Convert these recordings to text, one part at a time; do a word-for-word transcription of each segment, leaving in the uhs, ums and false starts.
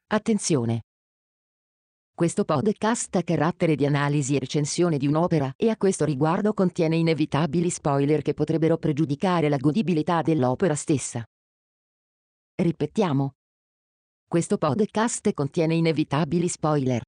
Attenzione! Questo podcast ha carattere di analisi e recensione di un'opera e a questo riguardo contiene inevitabili spoiler che potrebbero pregiudicare la godibilità dell'opera stessa. Ripetiamo. Questo podcast contiene inevitabili spoiler.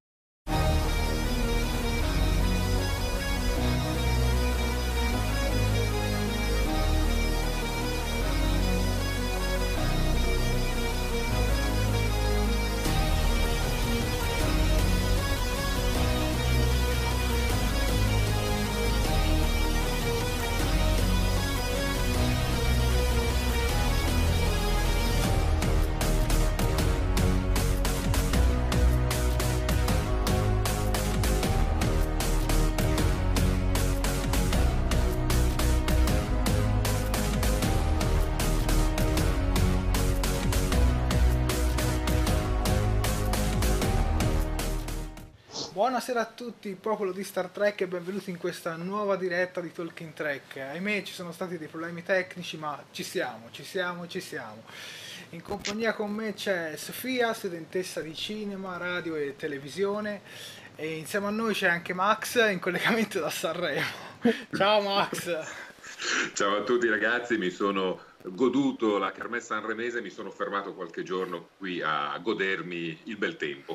Buonasera a tutti, popolo di Star Trek, e benvenuti in questa nuova diretta di Talking Trek. Ahimè, ci sono stati dei problemi tecnici, ma ci siamo, ci siamo, ci siamo. In compagnia con me c'è Sofia, studentessa di cinema, radio e televisione, e insieme a noi c'è anche Max in collegamento da Sanremo. Ciao Max! Ciao a tutti ragazzi, mi sono goduto la kermesse sanremese, mi sono fermato qualche giorno qui a godermi il bel tempo.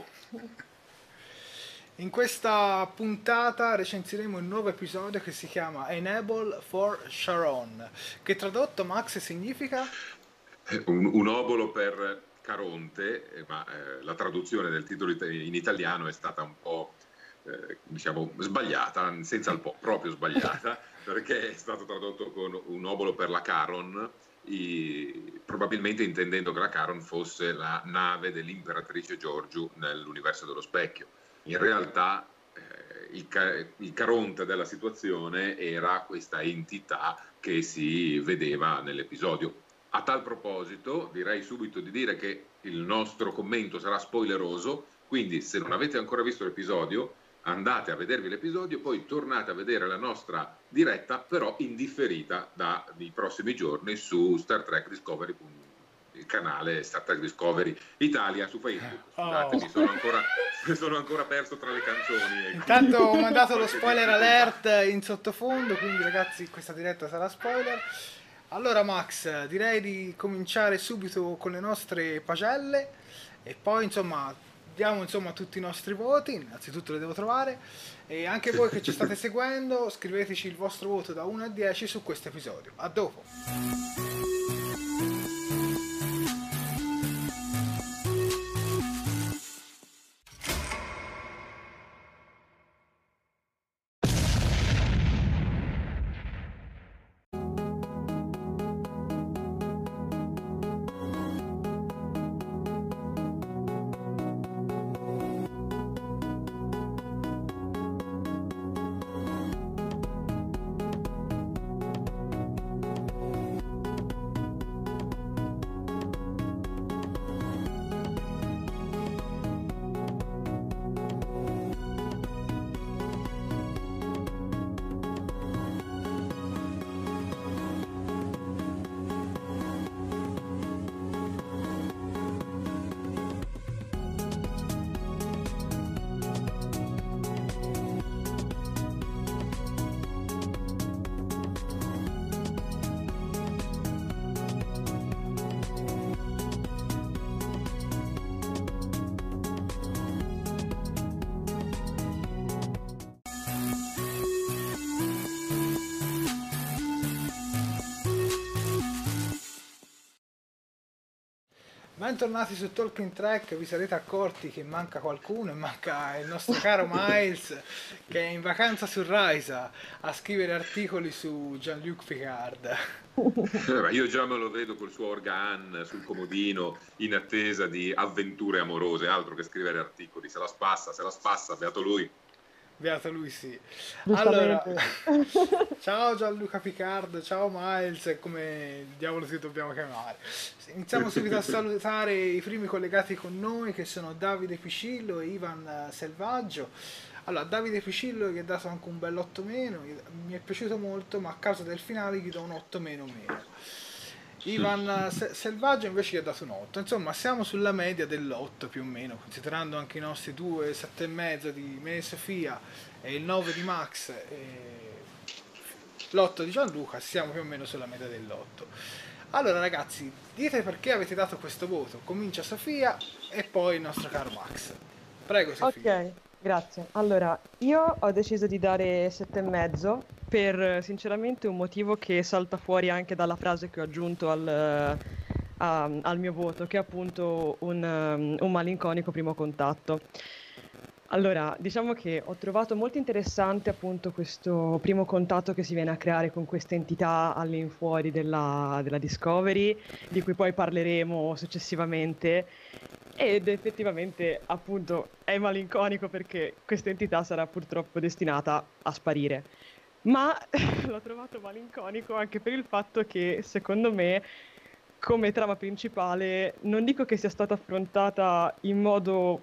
In questa puntata recensiremo un nuovo episodio che si chiama Enable for Sharon, che tradotto, Max, significa? Un, un obolo per Caronte, ma eh, la traduzione del titolo in italiano è stata un po' eh, diciamo sbagliata, senza il po', proprio sbagliata, perché è stato tradotto con un obolo per la Caron, i, probabilmente intendendo che la Caron fosse la nave dell'imperatrice Giorgiu nell'universo dello specchio. In realtà eh, il, il Caronte della situazione era questa entità che si vedeva nell'episodio. A tal proposito direi subito di dire che il nostro commento sarà spoileroso, quindi se non avete ancora visto l'episodio andate a vedervi l'episodio, poi tornate a vedere la nostra diretta, però indifferita dai prossimi giorni su Star Trek Discovery punto com, il canale Star Trek Discovery Italia su Facebook. Scusate, Oh. mi sono ancora, mi sono ancora perso tra le canzoni. Intanto ho mandato lo spoiler alert in sottofondo, quindi ragazzi questa diretta sarà spoiler. Allora Max, direi di cominciare subito con le nostre pagelle e poi insomma diamo insomma tutti i nostri voti. Innanzitutto le devo trovare, e anche voi che ci state seguendo scriveteci il vostro voto da uno a dieci su questo episodio. A dopo! Bentornati su Talking Track. Vi sarete accorti che manca qualcuno, e manca il nostro caro Miles che è in vacanza su Risa a scrivere articoli su Jean-Luc Picard. Io già me lo vedo col suo organ sul comodino in attesa di avventure amorose, altro che scrivere articoli. Se la spassa, se la spassa, beato lui. Beato lui, sì. Allora, ciao Gianluca Picard, ciao Miles, come diavolo ti dobbiamo chiamare. Iniziamo subito a salutare i primi collegati con noi, che sono Davide Picillo e Ivan Selvaggio. Allora, Davide Picillo gli ha dato anche un bel otto meno, mi è piaciuto molto, ma a causa del finale gli do un otto meno meno. Ivan Selvaggio invece gli ha dato un otto. Insomma, siamo sulla media dell'otto più o meno, considerando anche i nostri due sette e mezzo di me e Sofia e il nove di Max e l'otto di Gianluca, siamo più o meno sulla media dell'otto. Allora ragazzi, dite perché avete dato questo voto. Comincia Sofia e poi il nostro caro Max. Prego Sofia. Ok, grazie. Allora, io ho deciso di dare sette e mezzo per sinceramente un motivo che salta fuori anche dalla frase che ho aggiunto al, a, al mio voto, che è appunto un, um, un malinconico primo contatto. Allora, diciamo che ho trovato molto interessante appunto questo primo contatto che si viene a creare con questa entità all'infuori della, della Discovery, di cui poi parleremo successivamente, ed effettivamente appunto è malinconico perché questa entità sarà purtroppo destinata a sparire. Ma l'ho trovato malinconico anche per il fatto che, secondo me, come trama principale, non dico che sia stata affrontata in modo,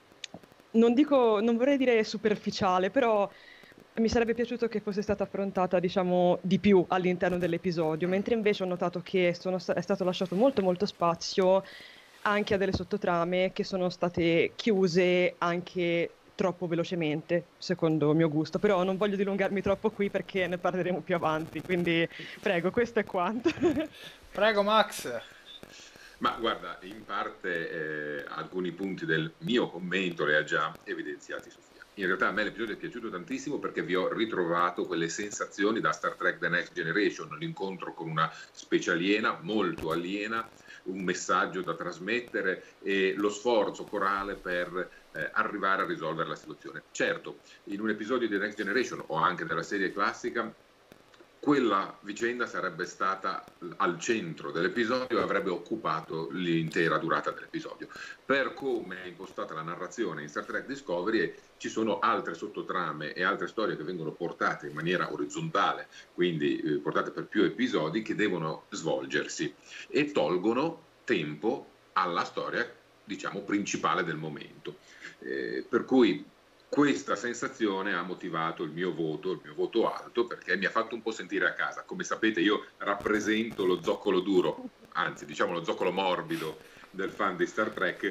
non dico, non vorrei dire superficiale, però mi sarebbe piaciuto che fosse stata affrontata, diciamo, di più all'interno dell'episodio, mentre invece ho notato che sono, è stato lasciato molto molto spazio anche a delle sottotrame che sono state chiuse anche troppo velocemente, secondo il mio gusto, però non voglio dilungarmi troppo qui perché ne parleremo più avanti, quindi prego, questo è quanto. Prego Max. Ma guarda, in parte eh, alcuni punti del mio commento li ha già evidenziati Sofia. In realtà a me l'episodio è piaciuto tantissimo perché vi ho ritrovato quelle sensazioni da Star Trek The Next Generation, l'incontro con una specie aliena, molto aliena, un messaggio da trasmettere e lo sforzo corale per eh, arrivare a risolvere la situazione. Certo, in un episodio di The Next Generation o anche della serie classica, quella vicenda sarebbe stata al centro dell'episodio e avrebbe occupato l'intera durata dell'episodio. Per come è impostata la narrazione in Star Trek Discovery, ci sono altre sottotrame e altre storie che vengono portate in maniera orizzontale, quindi eh, portate per più episodi, che devono svolgersi e tolgono tempo alla storia, diciamo, principale del momento. Eh, per cui questa sensazione ha motivato il mio voto, il mio voto alto, perché mi ha fatto un po' sentire a casa. Come sapete, io rappresento lo zoccolo duro, anzi diciamo lo zoccolo morbido del fan di Star Trek,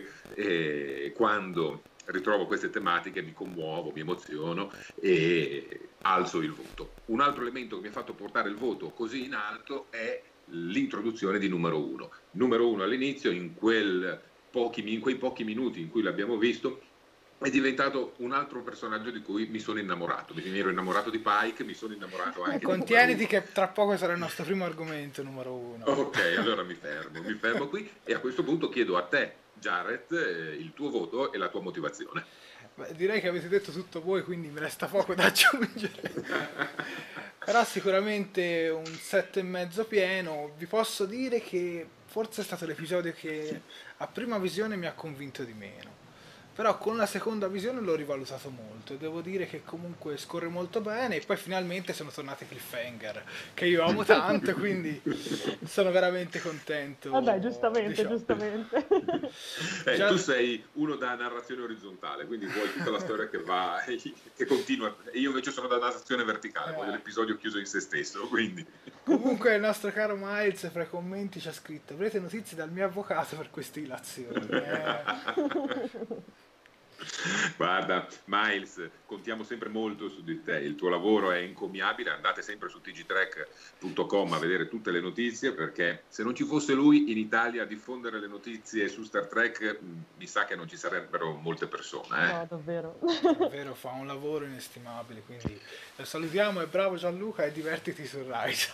e quando ritrovo queste tematiche mi commuovo, mi emoziono e alzo il voto. Un altro elemento che mi ha fatto portare il voto così in alto è l'introduzione di numero uno. Numero uno all'inizio, in, quel pochi, in quei pochi minuti in cui l'abbiamo visto, è diventato un altro personaggio di cui mi sono innamorato. Mi ero innamorato di Pike, mi sono innamorato anche Contieniti di che tra poco sarà il nostro primo argomento numero uno. Ok, allora mi fermo, mi fermo qui e a questo punto chiedo a te, Jared, eh, il tuo voto e la tua motivazione. Beh, direi che avete detto tutto voi, quindi mi resta poco da aggiungere. Però sicuramente un sette e mezzo pieno. Vi posso dire che forse è stato l'episodio che a prima visione mi ha convinto di meno. Però con la seconda visione l'ho rivalutato molto e devo dire che comunque scorre molto bene e poi finalmente sono tornati i cliffhanger che io amo tanto, quindi sono veramente contento. Vabbè, giustamente, diciamo. giustamente. Eh, Già... Tu sei uno da narrazione orizzontale, quindi vuoi tutta la storia che va, che continua, e io invece sono da narrazione verticale, eh. voglio l'episodio chiuso in se stesso, quindi... Comunque il nostro caro Miles fra i commenti ci ha scritto: avrete notizie dal mio avvocato per queste illazioni. Eh. Guarda Miles, contiamo sempre molto su di te, il tuo lavoro è encomiabile, andate sempre su t g trek punto com a vedere tutte le notizie, perché se non ci fosse lui in Italia a diffondere le notizie su Star Trek mi sa che non ci sarebbero molte persone. Eh? No, davvero. Davvero fa un lavoro inestimabile, quindi lo salutiamo e bravo Gianluca e divertiti su Rise.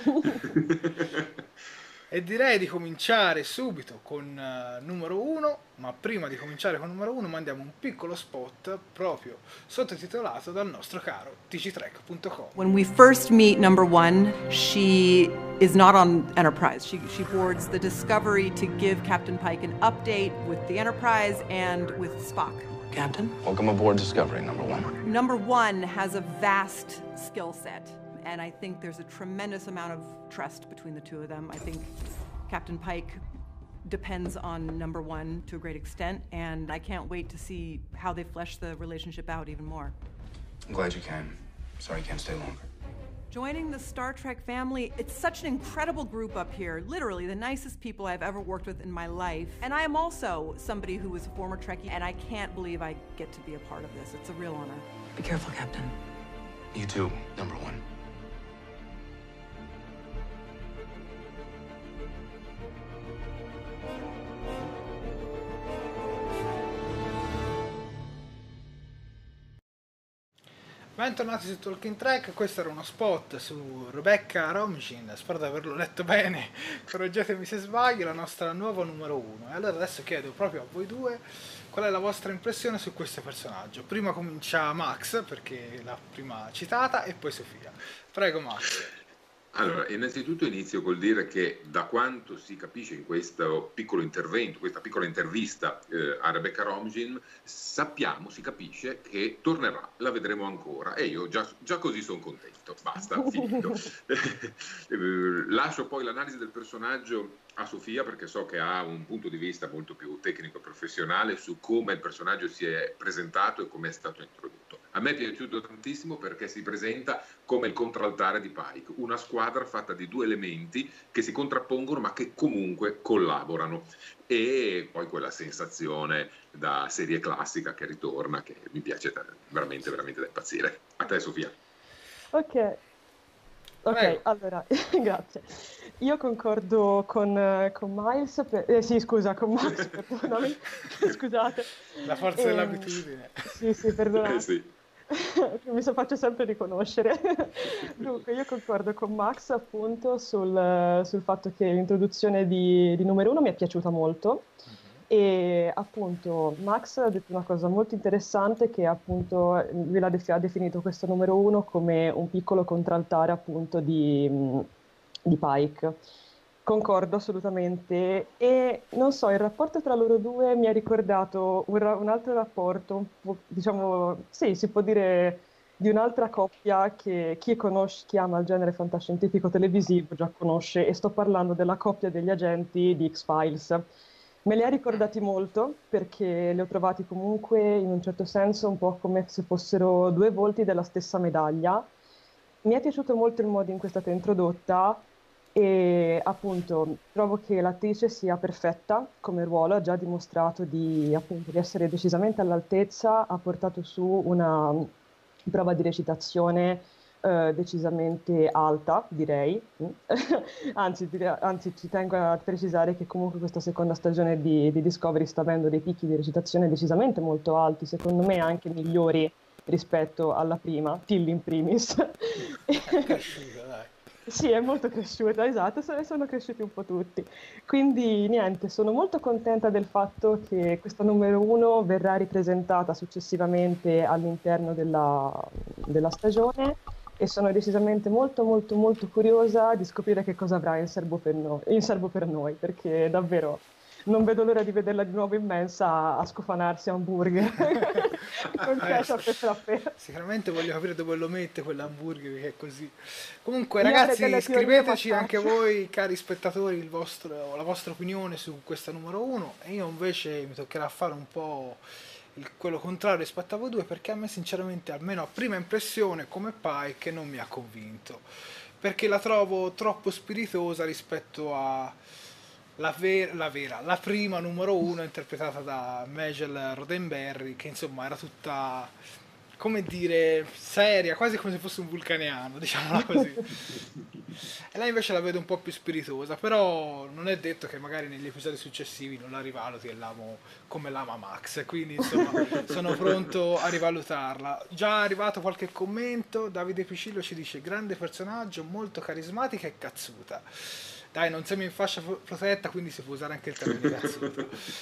E direi di cominciare subito con uh, numero uno, ma prima di cominciare con numero uno mandiamo un piccolo spot proprio sottotitolato dal nostro caro t g trek punto com. When we first meet number one, she is not on Enterprise. She, she boards the Discovery to give Captain Pike an update with the Enterprise and with Spock. Captain, welcome aboard Discovery, number one. Number one has a vast skill set. And I think there's a tremendous amount of trust between the two of them. I think Captain Pike depends on number one to a great extent, and I can't wait to see how they flesh the relationship out even more. I'm glad you came. Sorry you can't stay longer. Joining the Star Trek family, it's such an incredible group up here. Literally, the nicest people I've ever worked with in my life. And I am also somebody who was a former Trekkie, and I can't believe I get to be a part of this. It's a real honor. Be careful, Captain. You too, number one. Bentornati su Talking Trek, questo era uno spot su Rebecca Romijn, spero di averlo letto bene, correggetemi se sbaglio, la nostra nuova numero uno. E allora adesso chiedo proprio a voi due qual è la vostra impressione su questo personaggio. Prima comincia Max, perché è la prima citata, e poi Sofia. Prego Max. Allora, innanzitutto inizio col dire che da quanto si capisce in questo piccolo intervento, questa piccola intervista eh, a Rebecca Romijn, sappiamo, si capisce che tornerà, la vedremo ancora e io già, già così sono contento, basta, finito. Lascio poi l'analisi del personaggio a Sofia perché so che ha un punto di vista molto più tecnico e professionale su come il personaggio si è presentato e come è stato introdotto. A me è piaciuto tantissimo perché si presenta come il contraltare di Pike, una squadra fatta di due elementi che si contrappongono ma che comunque collaborano, e poi quella sensazione da serie classica che ritorna, che mi piace veramente veramente da impazzire. A te Sofia. Ok, ok, Prego. allora, grazie. Io concordo con, con Miles, per- eh, sì scusa, con Max, perdonami, scusate. La forza Ehm, dell'abitudine. Sì, sì, perdonami. Eh sì. Mi so- faccio sempre riconoscere. Dunque, io concordo con Max appunto sul, sul fatto che l'introduzione di, di numero uno mi è piaciuta molto. E appunto Max ha detto una cosa molto interessante, che appunto lui l'ha def- ha definito questo numero uno come un piccolo contraltare appunto di, mh, di Pike. Concordo assolutamente, e non so, il rapporto tra loro due mi ha ricordato un, ra- un altro rapporto, un po', diciamo, sì, si può dire di un'altra coppia che chi conosce, chi ama il genere fantascientifico televisivo già conosce, e sto parlando della coppia degli agenti di X-Files. Me li ha ricordati molto perché li ho trovati comunque in un certo senso un po' come se fossero due volti della stessa medaglia. Mi è piaciuto molto il modo in cui è stata introdotta, e appunto trovo che l'attrice sia perfetta come ruolo, ha già dimostrato di, appunto, di essere decisamente all'altezza, ha portato su una prova di recitazione eh, decisamente alta, direi. Anzi, dire- anzi, ci tengo a precisare che comunque questa seconda stagione di, di Discovery sta avendo dei picchi di recitazione decisamente molto alti, secondo me anche migliori rispetto alla prima, Tilly in primis. È cresciuta, dai. Sì, è molto cresciuta, esatto, sono, sono cresciuti un po' tutti. Quindi niente, sono molto contenta del fatto che questa numero uno verrà ripresentata successivamente all'interno della, della stagione, e sono decisamente molto molto molto curiosa di scoprire che cosa avrà in serbo per noi, in serbo per noi, perché davvero non vedo l'ora di vederla di nuovo immensa a scofanarsi hamburger con ketchup e frappè. Sicuramente voglio capire dove lo mette quell'hamburger, che è così. Comunque Io avrei ragazzi, delle teorie, scriveteci ma anche faccio. voi, cari spettatori, il vostro- la vostra opinione su questa numero uno, e io invece mi toccherà fare un po' il- quello contrario rispetto a voi due, perché a me sinceramente, almeno a prima impressione come Pike, non mi ha convinto, perché la trovo troppo spiritosa rispetto a la, ver- la vera, la prima numero uno interpretata da Majel Roddenberry, che insomma era tutta, come dire, seria, quasi come se fosse un vulcaniano, diciamola così. E lei invece la vedo un po' più spiritosa, però non è detto che magari negli episodi successivi non la rivaluti e l'amo come l'ama Max, quindi insomma sono pronto a rivalutarla. Già è arrivato qualche commento, Davide Picillo ci dice: grande personaggio, molto carismatica e cazzuta. Dai, non siamo in fascia pro- protetta, quindi si può usare anche il termine cazzuta.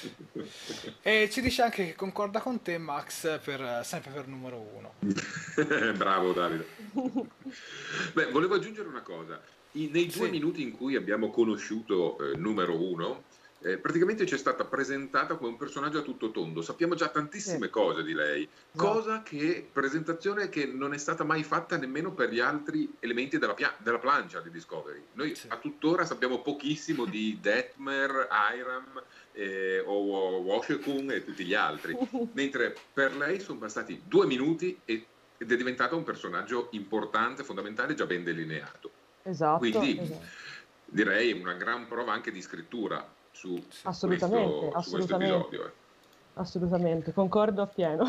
E ci dice anche che concorda con te, Max, per, sempre per numero uno. Bravo Davide. Beh, volevo aggiungere una cosa. I- nei due Sì. minuti in cui abbiamo conosciuto eh, numero uno, eh, praticamente ci è stata presentata come un personaggio a tutto tondo. Sappiamo già tantissime Sì. cose di lei, Esatto. cosa che, presentazione che non è stata mai fatta nemmeno per gli altri elementi della, pia- della plancia di Discovery. Noi Sì. a tuttora sappiamo pochissimo di Detmer, Hiram eh, o, o Washington e tutti gli altri, mentre per lei sono bastati due minuti e ed è diventato un personaggio importante, fondamentale, già ben delineato. Esatto, Quindi esatto. direi una gran prova anche di scrittura su Assolutamente, questo, su questo assolutamente. episodio. eh. Assolutamente, concordo appieno.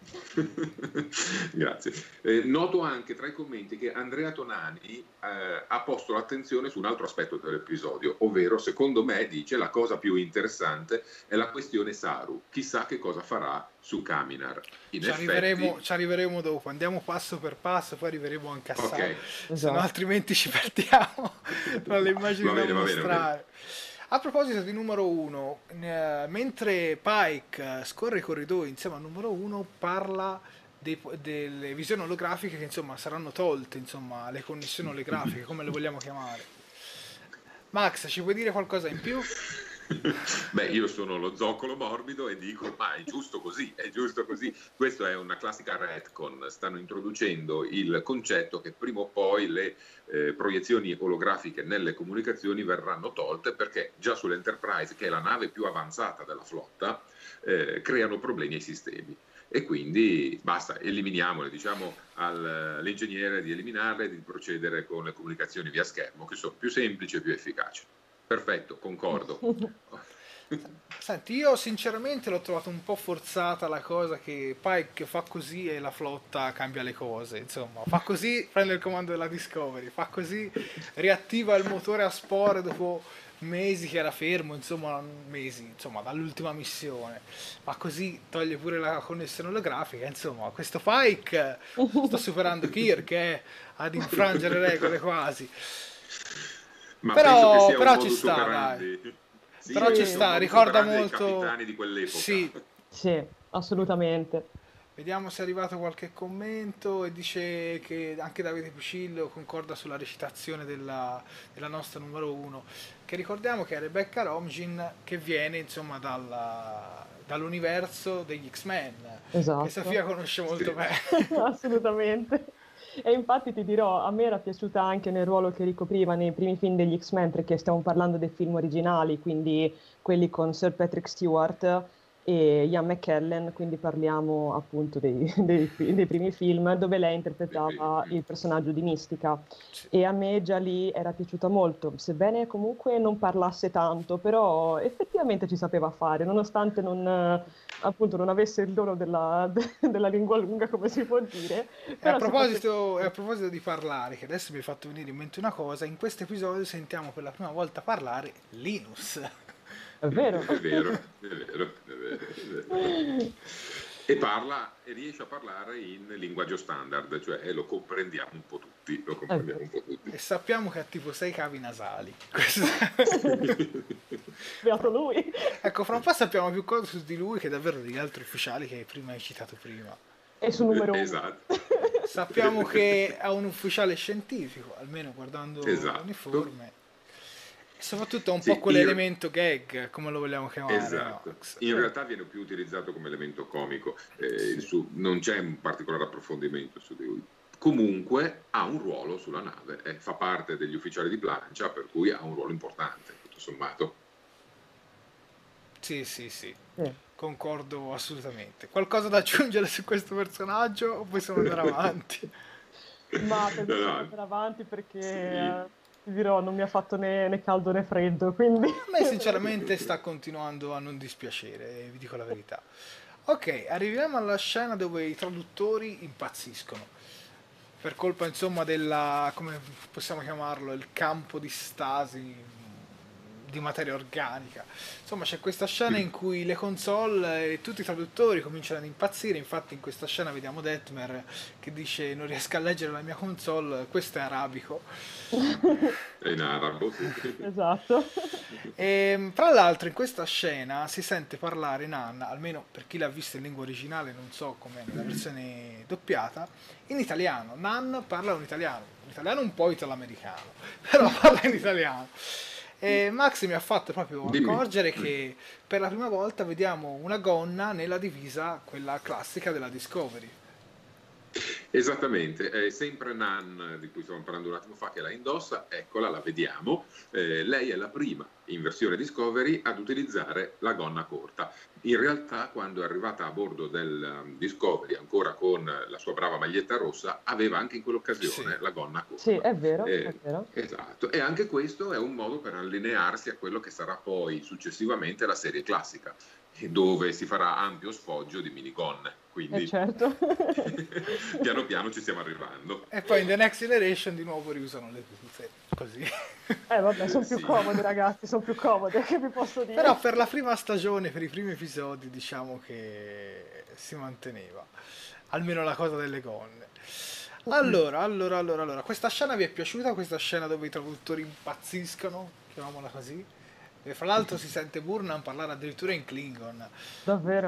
Grazie. Eh, noto anche tra i commenti che Andrea Tonani eh, ha posto l'attenzione su un altro aspetto dell'episodio, ovvero, secondo me, dice, la cosa più interessante è la questione Saru. Chissà che cosa farà su Kaminar. In Ci effetti, arriveremo, ci arriveremo dopo, andiamo passo per passo, poi arriveremo anche a Saru, ok, se no Esatto. altrimenti ci perdiamo tra le immagini va da bene, va bene, va bene. mostrare. A proposito di numero uno, eh, mentre Pike eh, scorre i corridoi insieme al numero uno, parla dei po- delle visioni olografiche che insomma saranno tolte, insomma, le connessioni olografiche, come le vogliamo chiamare. Max, ci puoi dire qualcosa in più? Beh, io sono lo zoccolo morbido e dico, ma è giusto così, è giusto così. Questa è una classica retcon, stanno introducendo il concetto che prima o poi le eh, proiezioni olografiche nelle comunicazioni verranno tolte, perché già sull'Enterprise, che è la nave più avanzata della flotta, eh, creano problemi ai sistemi. E quindi basta, eliminiamole, diciamo al- all'ingegnere di eliminarle e di procedere con le comunicazioni via schermo, che sono più semplici e più efficaci. Perfetto, concordo. Senti, io sinceramente l'ho trovato un po' forzata la cosa che Pike fa così e la flotta cambia le cose, insomma, fa così, prende il comando della Discovery, fa così, riattiva il motore a spore dopo mesi che era fermo, insomma, mesi, insomma, dall'ultima missione, ma così toglie pure la connessione olografica, insomma, questo Pike sta superando Kirk, eh, ad infrangere regole quasi. Ma Però- penso che sia però un ci modus sta, operandi. Sì, Però è ci un sta, modus ricorda operandi dei molto- capitani di quell'epoca. Sì. Sì, assolutamente. Vediamo se è arrivato qualche commento e dice che anche Davide Pucillo concorda sulla recitazione della, della nostra numero uno, che ricordiamo che è Rebecca Romijn, che viene insomma dalla- dall'universo degli X-Men, Esatto. che Sofia conosce molto Sì. bene. Assolutamente. E infatti ti dirò, a me era piaciuta anche nel ruolo che ricopriva nei primi film degli X-Men, perché stiamo parlando dei film originali, quindi quelli con Sir Patrick Stewart e Ian McKellen, quindi parliamo appunto dei, dei fi- dei primi film dove lei interpretava il personaggio di Mistica. Sì. E a me già lì era piaciuta molto, sebbene comunque non parlasse tanto, però effettivamente ci sapeva fare, nonostante non, eh, appunto, non avesse il dono della, della lingua lunga, come si può dire. E a, Però si proposito, e faceva- a proposito di parlare, che adesso mi hai fatto venire in mente una cosa, in questo episodio sentiamo per la prima volta parlare Linus. È vero. È vero, è vero, è vero, è vero. E parla, e riesce a parlare in linguaggio standard, cioè lo comprendiamo un po' tutti, lo comprendiamo un po' tutti. E sappiamo che ha tipo sei cavi nasali. Questo- Beato lui. Ecco, fra un po' sappiamo più cose su di lui che davvero degli altri ufficiali che prima hai citato prima. E su numero uno. Esatto. Sappiamo che è un ufficiale scientifico, almeno guardando Esatto. l'uniforme. E soprattutto ha un Sì, po' quell'elemento io- gag, come lo vogliamo chiamare. Esatto, Max? in realtà viene più utilizzato come elemento comico, eh, su- non c'è un particolare approfondimento su di lui. Comunque ha un ruolo sulla nave, eh, fa parte degli ufficiali di plancia, per cui ha un ruolo importante, tutto sommato. Sì, sì, sì, Sì. concordo assolutamente. Qualcosa da aggiungere su questo personaggio o possiamo andare avanti? Ma per me No, no. andare avanti perché Sì. eh, ti dirò, non mi ha fatto né, né caldo né freddo, quindi A me sinceramente sta continuando a non dispiacere, vi dico la verità. Ok, arriviamo alla scena dove i traduttori impazziscono. Per colpa insomma della, come possiamo chiamarlo, il campo di stasi di materia organica. Insomma c'è questa scena in cui le console e tutti i traduttori cominciano ad impazzire, infatti in questa scena vediamo Detmer che dice non riesco a leggere la mia console, questo è arabico. È in arabo, sì. esatto. E, tra l'altro in questa scena si sente parlare Nan, almeno per chi l'ha vista in lingua originale, non so com'è nella versione doppiata, in italiano. Nan parla un italiano, un italiano un po' italo-americano, però parla in italiano. E Max mi ha fatto proprio Dimmi. accorgere che per la prima volta vediamo una gonna nella divisa, quella classica della Discovery. Esattamente, è sempre Nan, di cui stavamo parlando un attimo fa, che la indossa, eccola, la vediamo. Eh, lei è la prima in versione Discovery ad utilizzare la gonna corta. In realtà, quando è arrivata a bordo del um, Discovery, ancora con la sua brava maglietta rossa, aveva anche in quell'occasione Sì. la gonna corta. Sì, è vero, Eh, è vero. Esatto, e anche questo è un modo per allinearsi a quello che sarà poi successivamente la serie classica, dove si farà ampio sfoggio di minigonne. Quindi Eh certo. piano piano ci stiamo arrivando. E poi in The Next Generation di nuovo riusano le pinze, così. Eh vabbè, sono più Sì. comode ragazzi, sono più comode, che vi posso dire? Però per la prima stagione, per i primi episodi, diciamo che si manteneva. Almeno la cosa delle gonne. Allora, allora, allora, allora. Questa scena vi è piaciuta? Questa scena dove i traduttori impazziscono? Chiamiamola così. E fra l'altro si sente Burnham parlare addirittura in Klingon. Davvero?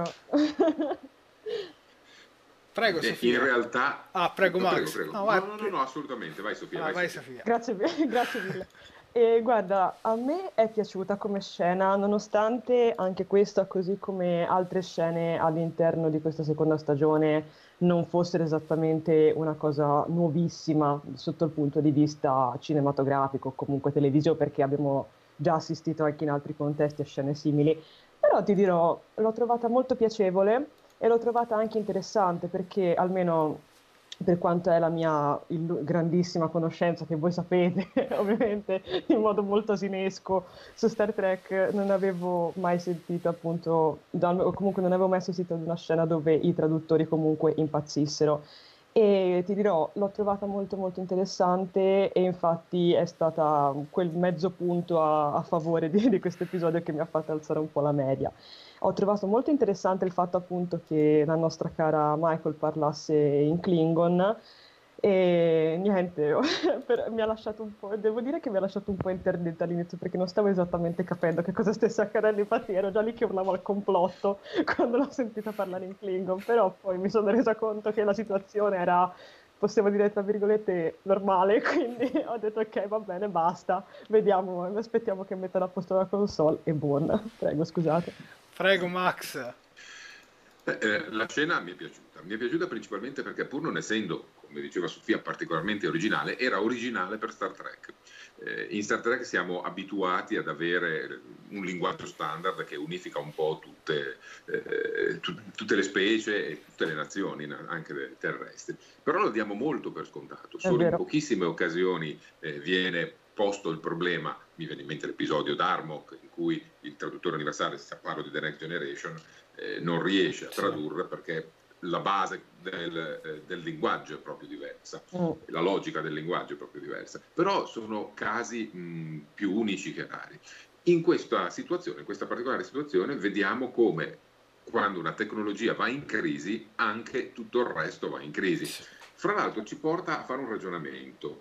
Prego, Eh, Sofia. in realtà... Ah, prego, No, Max. prego, prego. No, No, vai, no, no, no, assolutamente. Vai Sofia, Ah, vai, vai, Sofia. Sofia. Grazie, mi- grazie mille. E guarda, a me è piaciuta come scena, nonostante anche questa, così come altre scene all'interno di questa seconda stagione, non fossero esattamente una cosa nuovissima sotto il punto di vista cinematografico o comunque televisivo, perché abbiamo già assistito anche in altri contesti a scene simili. Però ti dirò, l'ho trovata molto piacevole e l'ho trovata anche interessante perché almeno per quanto è la mia illu- grandissima conoscenza, che voi sapete ovviamente in modo molto asinesco su Star Trek, non avevo mai sentito appunto, dal- o comunque non avevo mai assistito ad una scena dove i traduttori comunque impazzissero. E ti dirò, l'ho trovata molto molto interessante e infatti è stata quel mezzo punto a, a favore di, di questo episodio che mi ha fatto alzare un po' la media. Ho trovato molto interessante il fatto appunto che la nostra cara Michael parlasse in Klingon e niente, per- mi ha lasciato un po', devo dire che mi ha lasciato un po' interdetta all'inizio perché non stavo esattamente capendo che cosa stesse accadendo, infatti ero già lì che urlavo al complotto quando l'ho sentita parlare in Klingon, però poi mi sono resa conto che la situazione era, possiamo dire tra virgolette, normale, quindi ho detto ok, va bene, basta, vediamo, aspettiamo che mettano a posto la console e buon, prego, scusate. Prego, Max. Eh, eh, la scena mi è piaciuta, mi è piaciuta principalmente perché pur non essendo, come diceva Sofia, particolarmente originale, era originale per Star Trek. Eh, in Star Trek siamo abituati ad avere un linguaggio standard che unifica un po' tutte, eh, tu- tutte le specie e tutte le nazioni, na- anche terrestri, però lo diamo molto per scontato. Solo in vero. pochissime occasioni eh, viene posto il problema. Mi viene in mente l'episodio Darmok in cui il traduttore universale, se parlo di The Next Generation, eh, non riesce a Sì. tradurre perché la base del, eh, del linguaggio è proprio diversa, Mm. la logica del linguaggio è proprio diversa, però sono casi mh, più unici che rari. In questa situazione, in questa particolare situazione, vediamo come quando una tecnologia va in crisi, anche tutto il resto va in crisi. Fra l'altro ci porta a fare un ragionamento.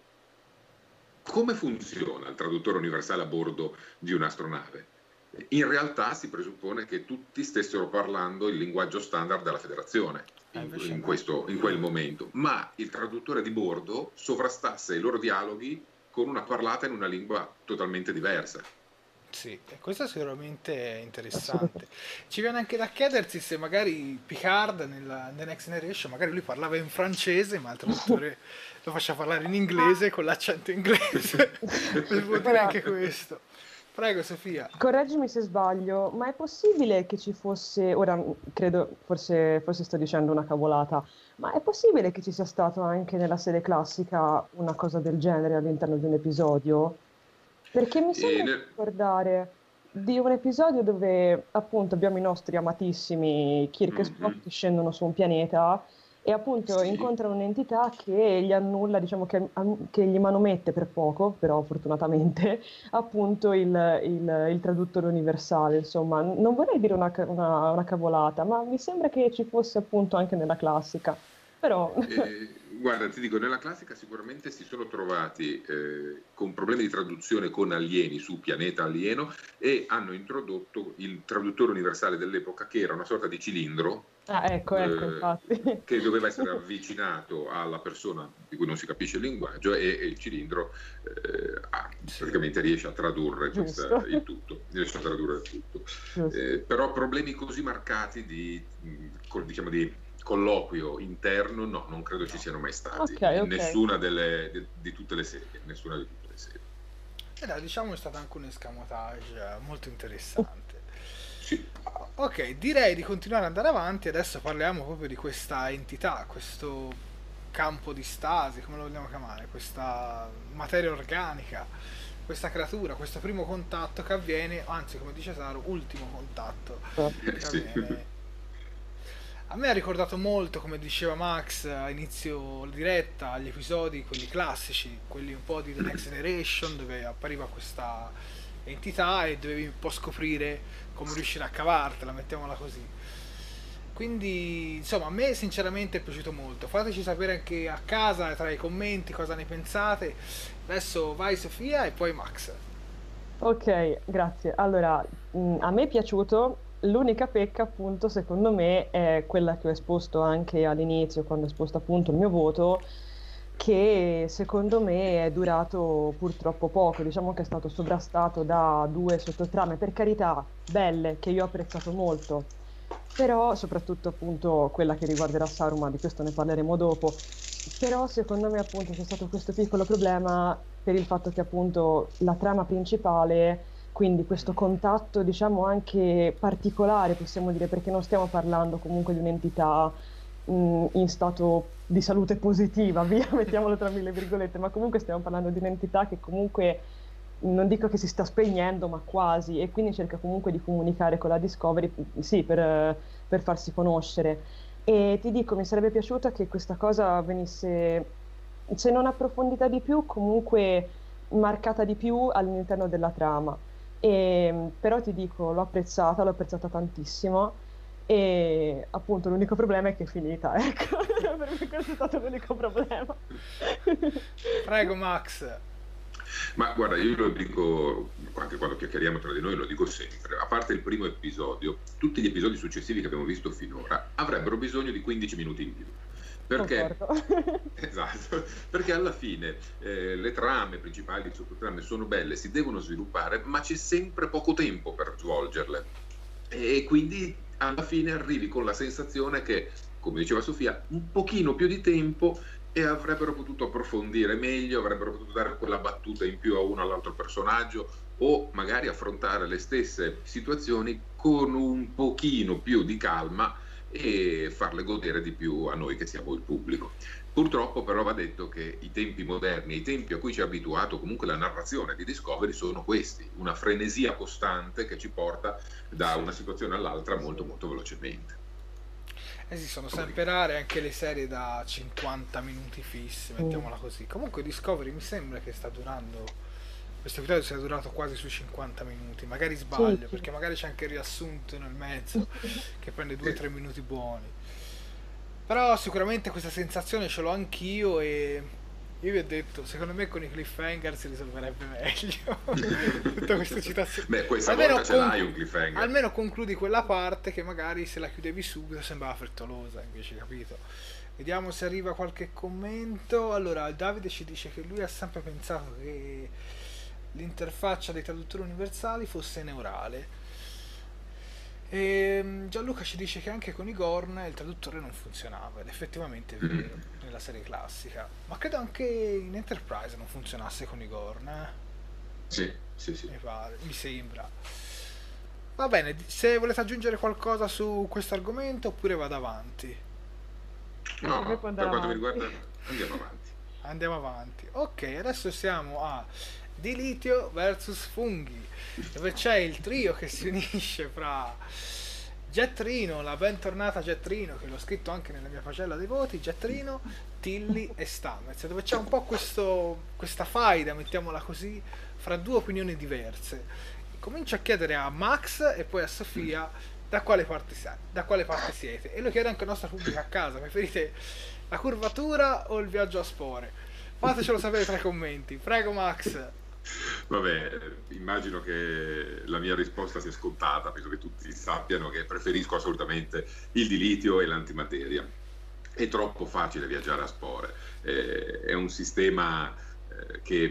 Come funziona il traduttore universale a bordo di un'astronave? In realtà si presuppone che tutti stessero parlando il linguaggio standard della federazione Eh, in, invece in no. questo, in quel momento, ma il traduttore di bordo sovrastasse i loro dialoghi con una parlata in una lingua totalmente diversa. Sì, e questo sicuramente è interessante. Ci viene anche da chiedersi se magari Picard nella The Next Generation, magari lui parlava in francese, ma il traduttore lo faceva parlare in inglese con l'accento inglese. Si può dire anche questo. Prego, Sofia. Correggimi se sbaglio, ma è possibile che ci fosse, ora mh, credo, forse, forse sto dicendo una cavolata, ma è possibile che ci sia stato anche nella serie classica una cosa del genere all'interno di un episodio? Perché mi sembra E di nel- ricordare di un episodio dove appunto abbiamo i nostri amatissimi Kirk e Spock Mhm. che scendono su un pianeta e appunto Sì. incontrano un'entità che gli annulla, diciamo che, che gli manomette per poco, però fortunatamente, appunto il, il- il traduttore universale, insomma, non vorrei dire una, ca- una- una cavolata, ma mi sembra che ci fosse appunto anche nella classica, però Eh, guarda, ti dico, nella classica sicuramente si sono trovati eh, con problemi di traduzione con alieni su pianeta alieno e hanno introdotto il traduttore universale dell'epoca che era una sorta di cilindro ah, ecco, ecco, eh, infatti. che doveva essere avvicinato alla persona di cui non si capisce il linguaggio e, e il cilindro eh, ha- praticamente riesce a tradurre questa- Giusto. il tutto, riesce a tradurre il tutto. Giusto. Eh, però problemi così marcati di, mh, col- diciamo di colloquio interno, no, non credo ci siano mai stati. Okay, in okay. nessuna delle di, di tutte le serie, nessuna di tutte le serie. E dai, diciamo è stato anche un escamotage molto interessante. Sì. Ok, direi di continuare ad andare avanti. Adesso parliamo proprio di questa entità, questo campo di stasi, come lo vogliamo chiamare, questa materia organica, questa creatura, questo primo contatto che avviene, anzi come dice Saro, ultimo contatto che Sì. avviene. A me ha ricordato molto, come diceva Max a inizio diretta, gli episodi, quelli classici, quelli un po' di The Next Generation, dove appariva questa entità e dovevi un po' scoprire come riuscire a cavartela, mettiamola così. Quindi, insomma, a me sinceramente è piaciuto molto. Fateci sapere anche a casa, tra i commenti, cosa ne pensate. Adesso vai Sofia e poi Max. Ok, grazie. Allora, mh, a me è piaciuto. L'unica pecca, appunto, secondo me, è quella che ho esposto anche all'inizio, quando ho esposto appunto il mio voto, che secondo me è durato purtroppo poco. Diciamo che è stato sovrastato da due sottotrame, per carità, belle, che io ho apprezzato molto. Però, soprattutto appunto quella che riguarderà Saruman, di questo ne parleremo dopo. Però secondo me appunto c'è stato questo piccolo problema per il fatto che appunto la trama principale, quindi questo contatto diciamo anche particolare, possiamo dire, perché non stiamo parlando comunque di un'entità mh, in stato di salute positiva, via, mettiamolo tra mille virgolette, ma comunque stiamo parlando di un'entità che comunque non dico che si sta spegnendo, ma quasi, e quindi cerca comunque di comunicare con la Discovery, sì, per, per farsi conoscere. E ti dico, mi sarebbe piaciuto che questa cosa venisse, se non approfondita di più, comunque marcata di più all'interno della trama. E, però ti dico, l'ho apprezzata, l'ho apprezzata tantissimo, e appunto l'unico problema è che è finita, ecco, per me questo è stato l'unico problema. Prego Max. Ma guarda, io lo dico anche quando chiacchieriamo tra di noi, lo dico sempre, a parte il primo episodio, tutti gli episodi successivi che abbiamo visto finora avrebbero bisogno di quindici minuti in più. Perché, esatto, perché alla fine eh, le trame principali, le sottotrame sono belle, si devono sviluppare, ma c'è sempre poco tempo per svolgerle. E quindi alla fine arrivi con la sensazione che, come diceva Sofia, un pochino più di tempo e avrebbero potuto approfondire meglio, avrebbero potuto dare quella battuta in più a uno o all'altro personaggio, o magari affrontare le stesse situazioni con un pochino più di calma e farle godere di più a noi che siamo il pubblico. Purtroppo però va detto che i tempi moderni, i tempi a cui ci ha abituato comunque la narrazione di Discovery sono questi, una frenesia costante che ci porta da una situazione all'altra molto molto velocemente. Eh sì, sono sempre rare anche le serie da cinquanta minuti fissi, mettiamola così. Comunque Discovery mi sembra che sta durando, questo episodio sia durato quasi sui cinquanta minuti, magari sbaglio, Sì. perché magari c'è anche il riassunto nel mezzo che prende due o tre minuti buoni. Però sicuramente questa sensazione ce l'ho anch'io e io vi ho detto, secondo me con i cliffhanger si risolverebbe meglio tutta questa citazione. Beh, questa Almeno volta ce con- l'hai un cliffhanger. Almeno concludi quella parte che magari se la chiudevi subito sembrava frettolosa, invece, capito? Vediamo se arriva qualche commento. Allora, Davide ci dice che lui ha sempre pensato che l'interfaccia dei traduttori universali fosse neurale. E Gianluca ci dice che anche con i Gorn il traduttore non funzionava, ed effettivamente è vero, nella serie classica. Ma credo anche in Enterprise non funzionasse con i Gorn, eh? Sì, sì, sì. Mi pare, mi sembra. Va bene, se volete aggiungere qualcosa su questo argomento oppure vado avanti. No, Per me può per andare quanto mi avanti. riguarda andiamo avanti. Andiamo avanti. Ok, adesso siamo a Di Litio versus Funghi, dove c'è il trio che si unisce fra Jettrino, la bentornata Jettrino, che l'ho scritto anche nella mia pagella dei voti, Jettrino, Tilly e Stamets, dove c'è un po' questo, questa faida, mettiamola così, fra due opinioni diverse. Comincio a chiedere a Max e poi a Sofia da quale parte, sa- da quale parte siete, e lo chiedo anche al nostro pubblico a casa: preferite la curvatura o il viaggio a spore? Fatecelo sapere tra i commenti, prego Max. Vabbè, immagino che la mia risposta sia scontata, penso che tutti sappiano che preferisco assolutamente il di litio e l'antimateria. È troppo facile viaggiare a spore, eh, è un sistema eh, che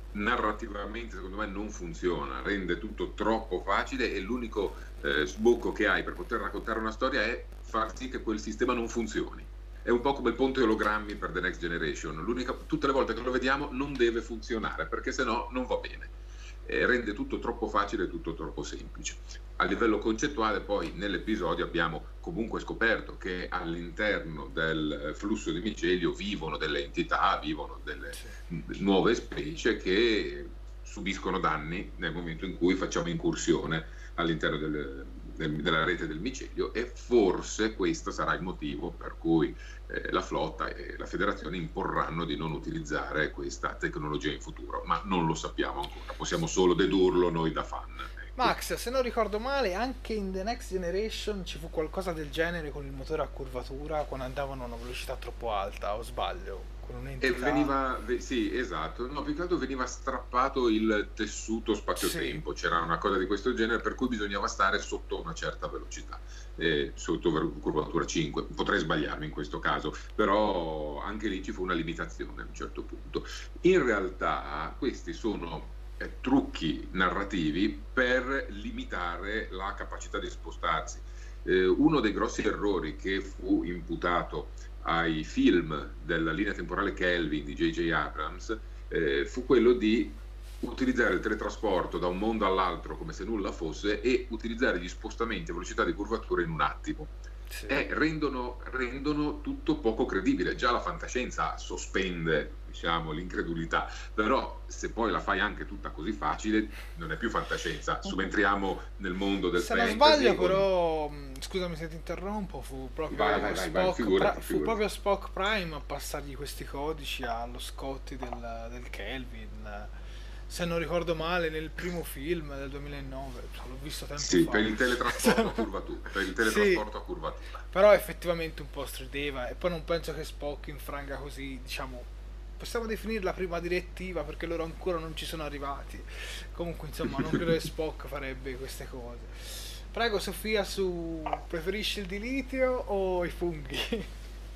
narrativamente secondo me non funziona, rende tutto troppo facile e l'unico eh, sbocco che hai per poter raccontare una storia è far sì che quel sistema non funzioni. È un po' come il ponte ologrammi per The Next Generation, l'unica, tutte le volte che lo vediamo non deve funzionare perché sennò non va bene. Eh, rende tutto troppo facile e tutto troppo semplice. A livello concettuale poi nell'episodio abbiamo comunque scoperto che all'interno del flusso di micelio vivono delle entità, vivono delle nuove specie che subiscono danni nel momento in cui facciamo incursione all'interno del, del, della rete del micelio, e forse questo sarà il motivo per cui eh, la flotta e la federazione imporranno di non utilizzare questa tecnologia in futuro, ma non lo sappiamo ancora, possiamo solo dedurlo noi da fan. Max, se non ricordo male, anche in The Next Generation ci fu qualcosa del genere con il motore a curvatura quando andavano a una velocità troppo alta, o sbaglio? Con un'entità... E veniva, sì, esatto, no, più che altro veniva strappato il tessuto spazio-tempo, sì. C'era una cosa di questo genere per cui bisognava stare sotto una certa velocità, eh, sotto curvatura cinque, potrei sbagliarmi in questo caso, però anche lì ci fu una limitazione a un certo punto. In realtà questi sono eh, trucchi narrativi per limitare la capacità di spostarsi. Eh, uno dei grossi errori che fu imputato ai film della linea temporale Kelvin di J J Abrams eh, fu quello di utilizzare il teletrasporto da un mondo all'altro come se nulla fosse e utilizzare gli spostamenti a velocità di curvatura in un attimo. Sì. Eh, rendono, rendono tutto poco credibile. Già la fantascienza sospende, diciamo, l'incredulità, però se poi la fai anche tutta così facile non è più fantascienza, subentriamo nel mondo del se fantasy. Non sbaglio con... però, scusami se ti interrompo, fu proprio, vai, vai, Spock, vai, vai, figurati, pra- fu figurati. proprio Spock Prime a passargli questi codici allo Scotty del, del Kelvin, se non ricordo male, nel primo film del duemilanove, l'ho visto tempo sì, fa. per il teletrasporto a curvatura, per il teletrasporto sì, a curvatura. Però effettivamente un po' strideva, e poi non penso che Spock infranga così, diciamo, possiamo definire la prima direttiva perché loro ancora non ci sono arrivati. Comunque, insomma, non credo che Spock farebbe queste cose. Prego Sofia, su preferisci il di litio o i funghi?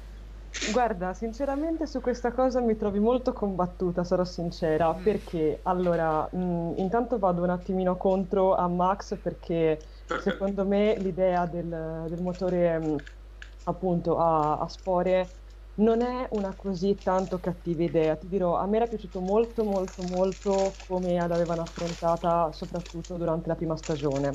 Guarda, sinceramente su questa cosa mi trovi molto combattuta, sarò sincera, mm. perché allora, mh, intanto vado un attimino contro a Max perché secondo me l'idea del, del motore mh, appunto a, a spore non è una così tanto cattiva idea. Ti dirò, a me era piaciuto molto molto molto come l'avevano affrontata soprattutto durante la prima stagione.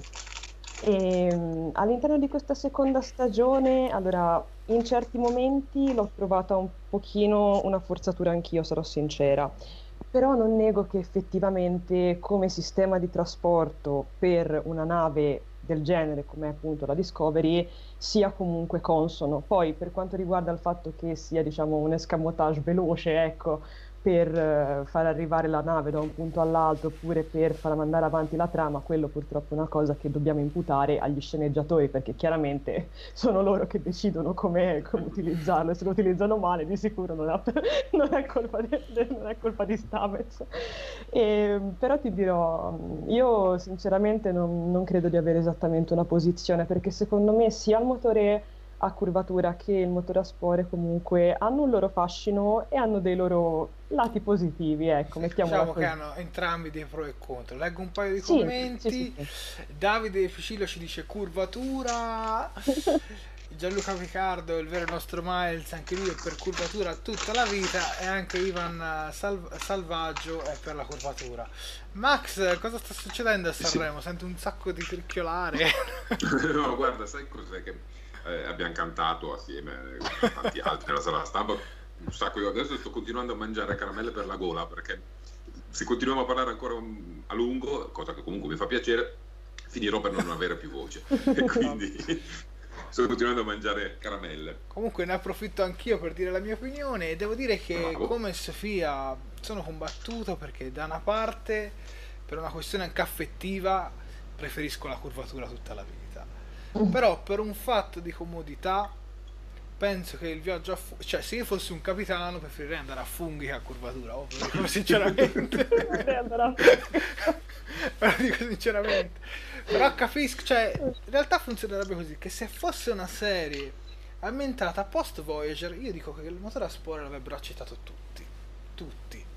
E mh, all'interno di questa seconda stagione, allora, in certi momenti l'ho trovata un pochino una forzatura anch'io, sarò sincera, però non nego che effettivamente come sistema di trasporto per una nave del genere, come appunto la Discovery, sia comunque consono. Poi per quanto riguarda il fatto che sia, diciamo, un escamotage veloce, ecco, per uh, far arrivare la nave da un punto all'altro oppure per far mandare avanti la trama, quello purtroppo è una cosa che dobbiamo imputare agli sceneggiatori, perché chiaramente sono loro che decidono come, come utilizzarlo, e se lo utilizzano male di sicuro non è, non è, colpa, di, non è colpa di Stamets. E, però ti dirò, io sinceramente non, non credo di avere esattamente una posizione, perché secondo me sia il motore a curvatura che il motore a spore comunque hanno un loro fascino e hanno dei loro lati positivi, ecco, mettiamola diciamo così. Che hanno entrambi dei pro e contro. Leggo un paio di sì, commenti. sì, sì, sì. Davide Ficillo ci dice curvatura. Gianluca Picardo, il vero nostro Miles, anche lui è per curvatura tutta la vita, e anche Ivan Salv- Salvaggio è per la curvatura. Max, cosa sta succedendo a Sanremo? Sì. Sento un sacco di cricchiolare. No, guarda, sai cos'è che Eh, abbiamo cantato assieme a tanti altri nella sala stampa un sacco di... adesso sto continuando a mangiare caramelle per la gola perché se continuiamo a parlare ancora a lungo, cosa che comunque mi fa piacere, finirò per non avere più voce e quindi sto continuando a mangiare caramelle. Comunque ne approfitto anch'io per dire la mia opinione, e devo dire che Bravo. come Sofia sono combattuto, perché da una parte per una questione anche affettiva preferisco la curvatura tutta la vita, però per un fatto di comodità penso che il viaggio a funghi, cioè se io fossi un capitano preferirei andare a funghi che a curvatura, ovvio, dico sinceramente. Però dico sinceramente, però capisco, cioè in realtà funzionerebbe così, che se fosse una serie ambientata post Voyager, io dico che il motore a spore l'avrebbero accettato tutti tutti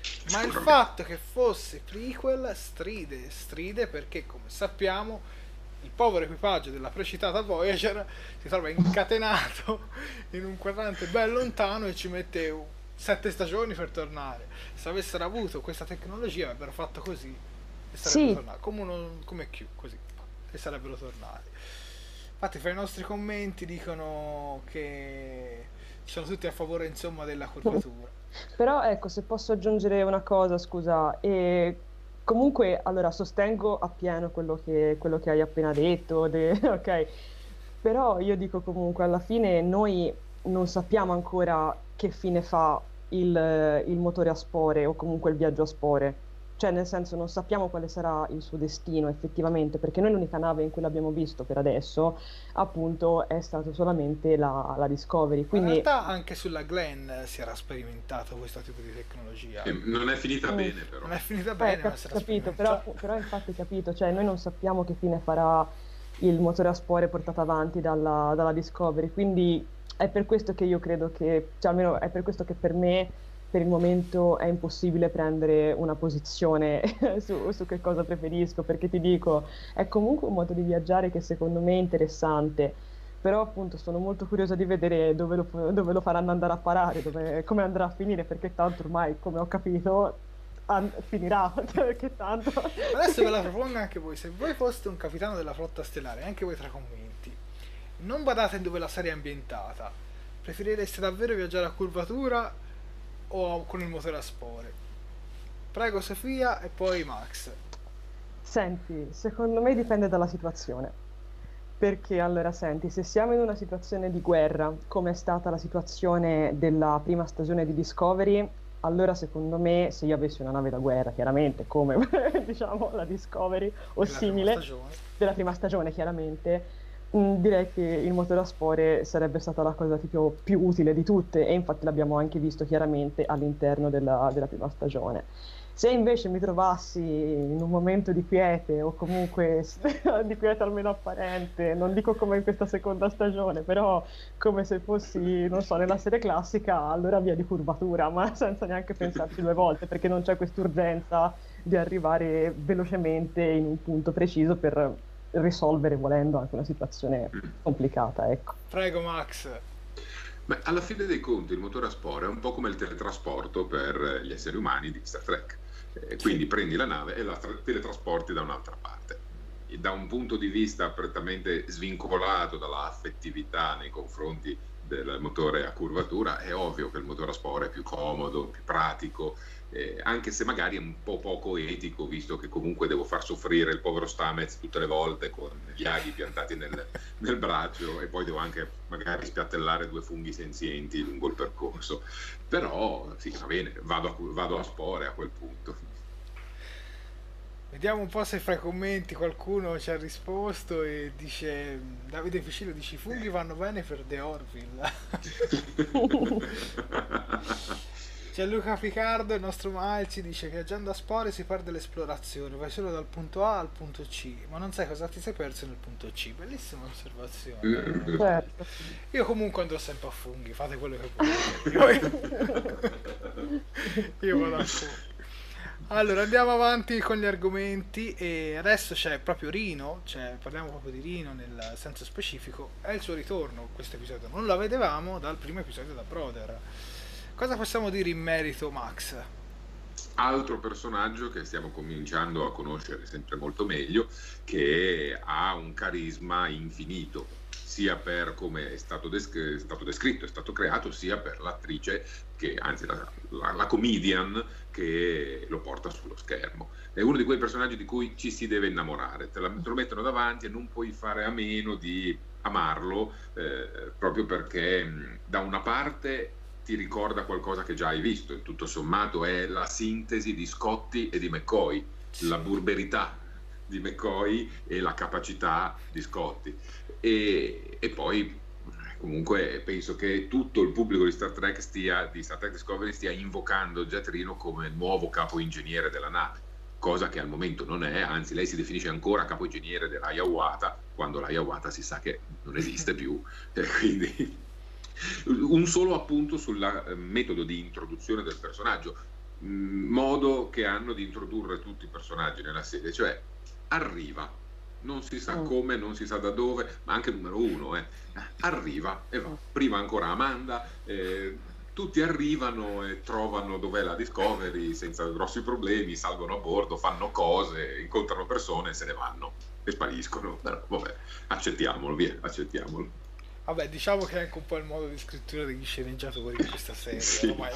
Ma il fatto che fosse prequel stride, stride perché, come sappiamo, il povero equipaggio della precitata Voyager si trova incatenato in un quadrante ben lontano e ci mette un- sette stagioni per tornare. Se avessero avuto questa tecnologia avrebbero fatto così e sarebbero Sì, tornati, come, uno, come Q, così, e sarebbero tornati. Infatti fra i nostri commenti dicono che sono tutti a favore, insomma, della curvatura. però ecco, se posso aggiungere una cosa, scusa, e comunque allora sostengo appieno quello che, quello che hai appena detto, de- ok, però io dico comunque alla fine noi non sappiamo ancora che fine fa il, il motore a spore o comunque il viaggio a spore, cioè nel senso non sappiamo quale sarà il suo destino effettivamente, perché noi l'unica nave in cui l'abbiamo visto per adesso appunto è stato solamente la, la Discovery, Ma in quindi realtà anche sulla Glenn si era sperimentato questo tipo di tecnologia. E non è finita Mm. bene, però. Non è finita Eh, bene, cap- ma si era capito, però, sperimentato. però infatti capito, cioè noi non sappiamo che fine farà il motore a spore portato avanti dalla, dalla Discovery, quindi è per questo che io credo che, cioè almeno è per questo che per me per il momento è impossibile prendere una posizione su, su che cosa preferisco, perché ti dico, è comunque un modo di viaggiare che secondo me è interessante, però appunto sono molto curiosa di vedere dove lo, dove lo faranno andare a parare, dove- come andrà a finire, perché tanto ormai, come ho capito, an- finirà, perché tanto... Adesso ve la propongo anche voi. Se voi foste un capitano della flotta stellare, anche voi tra commenti, non badate in dove la serie è ambientata. Preferireste davvero viaggiare a curvatura o con il motore a spore? Prego Sofia e poi Max. Senti, secondo me dipende dalla situazione. Perché allora, senti, se siamo in una situazione di guerra, come è stata la situazione della prima stagione di Discovery, allora secondo me, se io avessi una nave da guerra, chiaramente, come diciamo la Discovery o Nella prima simile, stagione. della prima stagione, chiaramente, mh, direi che il motore a spore sarebbe stata la cosa tipo più utile di tutte, e infatti l'abbiamo anche visto chiaramente all'interno della, della prima stagione. Se invece mi trovassi in un momento di quiete o comunque di quiete almeno apparente, non dico come in questa seconda stagione, però come se fossi, non so, nella serie classica, allora via di curvatura, ma senza neanche pensarci due volte, perché non c'è quest'urgenza di arrivare velocemente in un punto preciso per risolvere, volendo, anche una situazione complicata, ecco. Prego Max. Beh, alla fine dei conti il motore a spore è un po' come il teletrasporto per gli esseri umani di Star Trek. Eh, quindi prendi la nave e la tra- teletrasporti da un'altra parte. E da un punto di vista prettamente svincolato dalla affettività nei confronti del motore a curvatura, è ovvio che il motore a spore è più comodo, più pratico, eh, anche se magari è un po' poco etico, visto che comunque devo far soffrire il povero Stamets tutte le volte con gli aghi piantati nel, nel braccio, e poi devo anche magari spiattellare due funghi senzienti lungo il percorso. Però sì, va bene, vado a, vado a spore a quel punto. Vediamo un po' se fra i commenti qualcuno ci ha risposto e dice, Davide Ficillo dice, i funghi vanno bene per The Orville. Gianluca Picardo, il nostro Mal, ci dice, viaggiando a spore si perde l'esplorazione, vai solo dal punto A al punto C, ma non sai cosa ti sei perso nel punto C. Bellissima osservazione. Certo. Io comunque andrò sempre a funghi, fate quello che volete. Io, io vado a funghi. Allora andiamo avanti con gli argomenti, e adesso c'è proprio Rino, cioè parliamo proprio di Rino nel senso specifico. È il suo ritorno questo episodio, non la vedevamo dal primo episodio da Brother. Cosa possiamo dire in merito, Max? Altro personaggio che stiamo cominciando a conoscere sempre molto meglio, che ha un carisma infinito, sia per come è stato, desc- è stato descritto, è stato creato, sia per l'attrice, che, anzi la, la, la comedian che lo porta sullo schermo. È uno di quei personaggi di cui ci si deve innamorare, te, la, te lo mettono davanti e non puoi fare a meno di amarlo, eh, proprio perché mh, da una parte ti ricorda qualcosa che già hai visto, e tutto sommato è la sintesi di Scotty e di McCoy, la burberità di McCoy e la capacità di Scotty, e, e poi comunque penso che tutto il pubblico di Star Trek stia, di Star Trek Discovery stia invocando Jet Reno come nuovo capo ingegnere della nave, cosa che al momento non è, anzi lei si definisce ancora capo ingegnere della Hiawatha, quando la Hiawatha si sa che non esiste più, e quindi un solo appunto sul eh, metodo di introduzione del personaggio. mh, modo che hanno di introdurre tutti i personaggi nella serie, cioè arriva, non si sa come, non si sa da dove, ma anche numero uno, eh, arriva e va. Prima ancora Amanda, eh, tutti arrivano e trovano dov'è la Discovery senza grossi problemi, salgono a bordo, fanno cose, incontrano persone e se ne vanno e spariscono. Però vabbè, accettiamolo, via, accettiamolo. Vabbè, diciamo che è anche un po' il modo di scrittura degli sceneggiatori in questa serie. Sì. Ormai.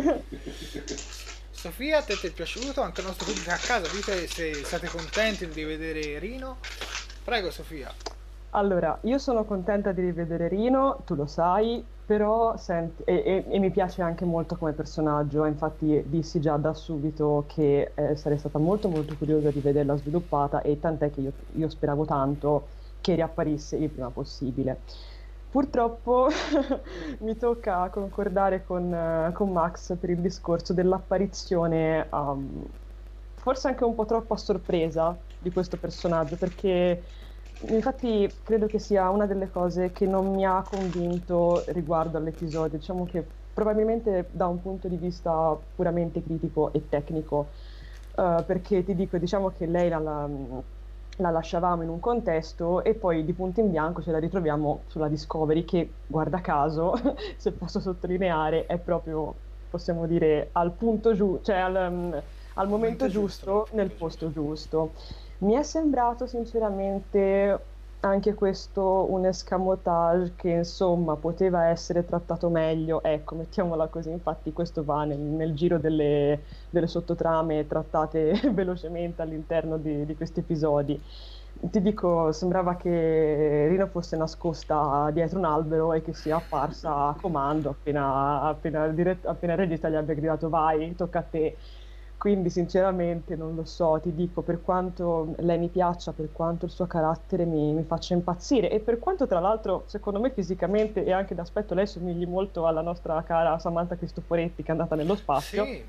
Sofia, a te ti è piaciuto? Anche il nostro pubblico a casa, dite se siete contenti di rivedere Rino. Prego Sofia. Allora, io sono contenta di rivedere Rino, tu lo sai, però senti, e, e- e mi piace anche molto come personaggio, infatti dissi già da subito che eh, sarei stata molto molto curiosa di vederla sviluppata e tant'è che io, io speravo tanto che riapparisse il prima possibile. Purtroppo mi tocca concordare con, eh, con Max per il discorso dell'apparizione, um, forse anche un po' troppo a sorpresa di questo personaggio, perché infatti credo che sia una delle cose che non mi ha convinto riguardo all'episodio. Diciamo che probabilmente da un punto di vista puramente critico e tecnico, eh, perché ti dico, diciamo che lei la, la- la lasciavamo in un contesto e poi di punto in bianco ce la ritroviamo sulla Discovery che, guarda caso, se posso sottolineare, è proprio, possiamo dire, al punto giusto, cioè al, mm, al momento Momento giusto, giusto, nel momento posto giusto. Mi è sembrato sinceramente anche questo un escamotage che insomma poteva essere trattato meglio, ecco, mettiamola così, infatti questo va nel, nel giro delle, delle sottotrame trattate velocemente all'interno di, di questi episodi. Ti dico, sembrava che Rino fosse nascosta dietro un albero e che sia apparsa a comando appena, appena, il dirett- appena il regista gli abbia gridato vai, tocca a te. Quindi sinceramente non lo so, ti dico, per quanto lei mi piaccia, per quanto il suo carattere mi, mi faccia impazzire e per quanto tra l'altro secondo me fisicamente e anche d'aspetto lei somigli molto alla nostra cara Samantha Cristoforetti che è andata nello spazio. Sì,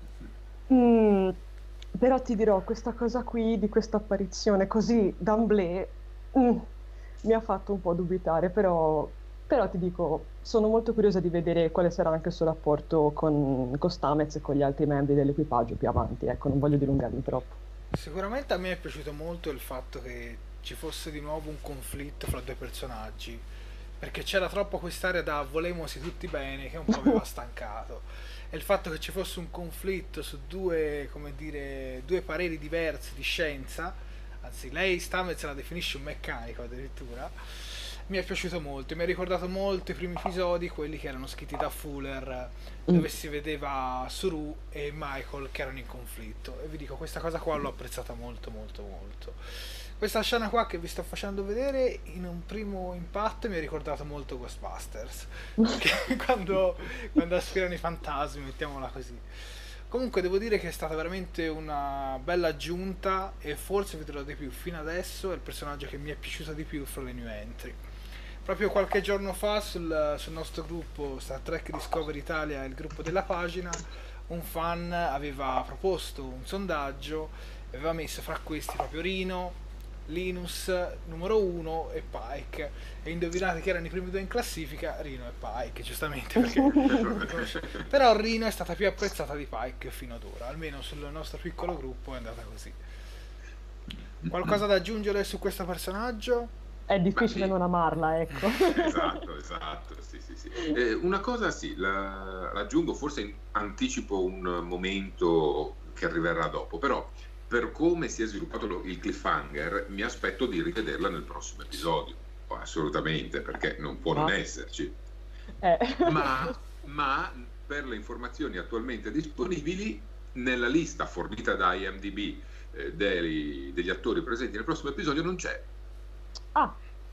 Mm, però ti dirò, questa cosa qui di questa apparizione così d'emblée mm, mi ha fatto un po' dubitare, però, però ti dico, sono molto curiosa di vedere quale sarà anche il suo rapporto con, con Stamez e con gli altri membri dell'equipaggio più avanti, ecco, non voglio dilungarmi troppo. sicuramente a me è piaciuto molto il fatto che ci fosse di nuovo un conflitto fra due personaggi, perché c'era troppo quest'area da volemosi tutti bene che un po' aveva stancato. E il fatto che ci fosse un conflitto su due, come dire, due pareri diversi di scienza, anzi lei Stamez la definisce un meccanico addirittura, mi è piaciuto molto, mi ha ricordato molto i primi episodi, quelli che erano scritti da Fuller, dove si vedeva Suru e Michael che erano in conflitto. E vi dico, questa cosa qua l'ho apprezzata molto molto molto. Questa scena qua che vi sto facendo vedere in un primo impatto mi ha ricordato molto Ghostbusters, perché quando, quando aspirano i fantasmi, mettiamola così. Comunque devo dire che è stata veramente una bella aggiunta e forse vedrò di più. Fino adesso è il personaggio che mi è piaciuto di più fra le new entry. Proprio qualche giorno fa sul, sul nostro gruppo Star Trek Discovery Italia, il gruppo della pagina, un fan aveva proposto un sondaggio e aveva messo fra questi proprio Rino, Linus numero uno e Pike, e indovinate chi erano i primi due in classifica? Rino e Pike, giustamente, perché però Rino è stata più apprezzata di Pike fino ad ora, almeno sul nostro piccolo gruppo è andata così. Qualcosa da aggiungere su questo personaggio? È difficile sì. non amarla, ecco. Esatto, esatto, sì, sì, sì. Eh, una cosa sì, la, l'aggiungo, forse in- anticipo un momento che arriverà dopo, però per come si è sviluppato lo- il cliffhanger mi aspetto di rivederla nel prossimo episodio, oh, assolutamente, perché non può non Ah. esserci. Eh. Ma, ma per le informazioni attualmente disponibili, nella lista fornita da IMDb eh, dei- degli attori presenti nel prossimo episodio non c'è. Ah,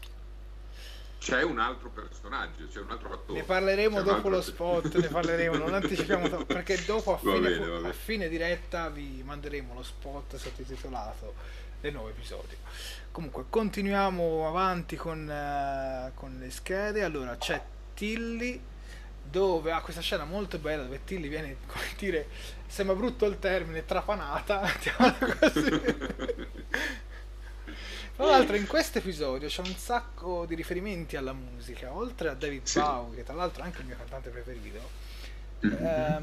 C'è un altro personaggio, c'è un altro attore. Ne parleremo c'è un dopo altro lo att- spot, ne parleremo, non anticipiamo troppo, perché dopo a Va fine, bene, va bene. a fine diretta vi manderemo lo spot sottotitolato del nuovo episodio. Comunque continuiamo avanti con, eh, con le schede. Allora c'è Tilly, dove ha questa scena molto bella dove Tilly viene, come dire, sembra brutto il termine, trapanata, mettiamola così. Tra l'altro in questo episodio c'è un sacco di riferimenti alla musica, oltre a David Sì. Bowie, che tra l'altro è anche il mio cantante preferito. Mm-hmm. ehm,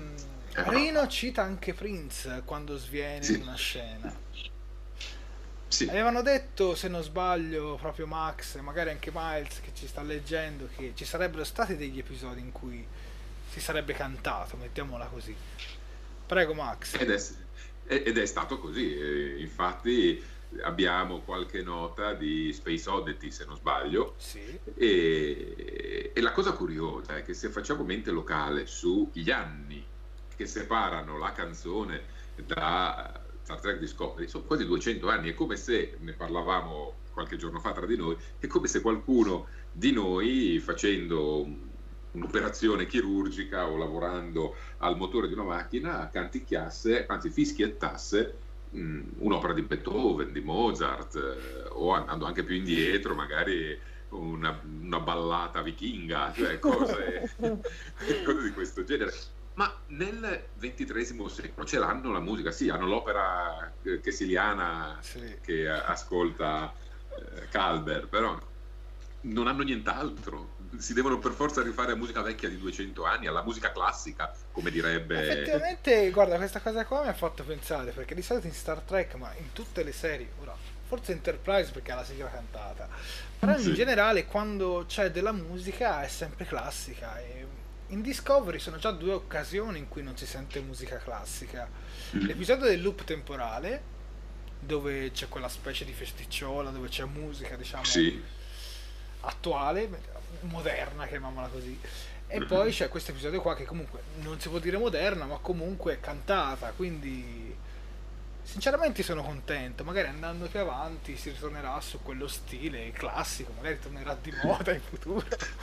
Rino cita anche Prince quando sviene Sì. in una scena. Sì. Avevano detto, se non sbaglio, proprio Max e magari anche Miles che ci sta leggendo, che ci sarebbero stati degli episodi in cui si sarebbe cantato, mettiamola così. Prego Max. Ed è, ed è stato così, eh, infatti abbiamo qualche nota di Space Oddity, se non sbaglio, Sì. e, e la cosa curiosa è che se facciamo mente locale sugli anni che separano la canzone da Star Trek Discovery, sono quasi duecento anni, è come se, ne parlavamo qualche giorno fa tra di noi, è come se qualcuno di noi facendo un'operazione chirurgica o lavorando al motore di una macchina canticchiasse, anzi fischiettasse mh, un'opera di Beethoven, di Mozart, eh, o andando anche più indietro magari una, una ballata vichinga, cioè cose, cose di questo genere. Ma nel ventitreesimo secolo ce l'hanno la musica, sì, hanno l'opera chessiliana Sì. che ascolta eh, Calber, però non hanno nient'altro, si devono per forza rifare a musica vecchia di duecento anni, alla musica classica, come direbbe... Effettivamente, guarda, questa cosa qua mi ha fatto pensare, perché di solito in Star Trek, ma in tutte le serie, ora, forse Enterprise perché ha la sigla cantata, però in Sì. generale quando c'è della musica è sempre classica. E in Discovery sono già due occasioni in cui non si sente musica classica. L'episodio del loop temporale, dove c'è quella specie di festicciola, dove c'è musica, diciamo, Sì. attuale, moderna, chiamiamola così. E poi c'è questo episodio qua che comunque non si può dire moderna, ma comunque è cantata, quindi sinceramente sono contento. Magari andando più avanti si ritornerà su quello stile classico, magari tornerà di moda in futuro.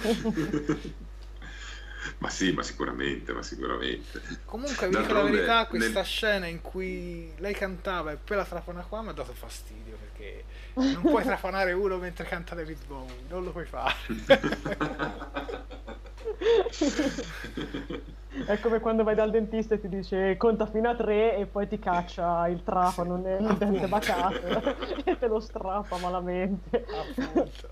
Ma sì, ma sicuramente, ma sicuramente. Comunque vi dico la D'altronde, verità, questa nel- scena in cui lei cantava e poi la trapana qua mi ha dato fastidio, perché non puoi trapanare uno mentre canta David Bowie, non lo puoi fare. È come quando vai dal dentista e ti dice conta fino a tre e poi ti caccia il trapano nel nel dente bacato e te lo strappa malamente. Appunto.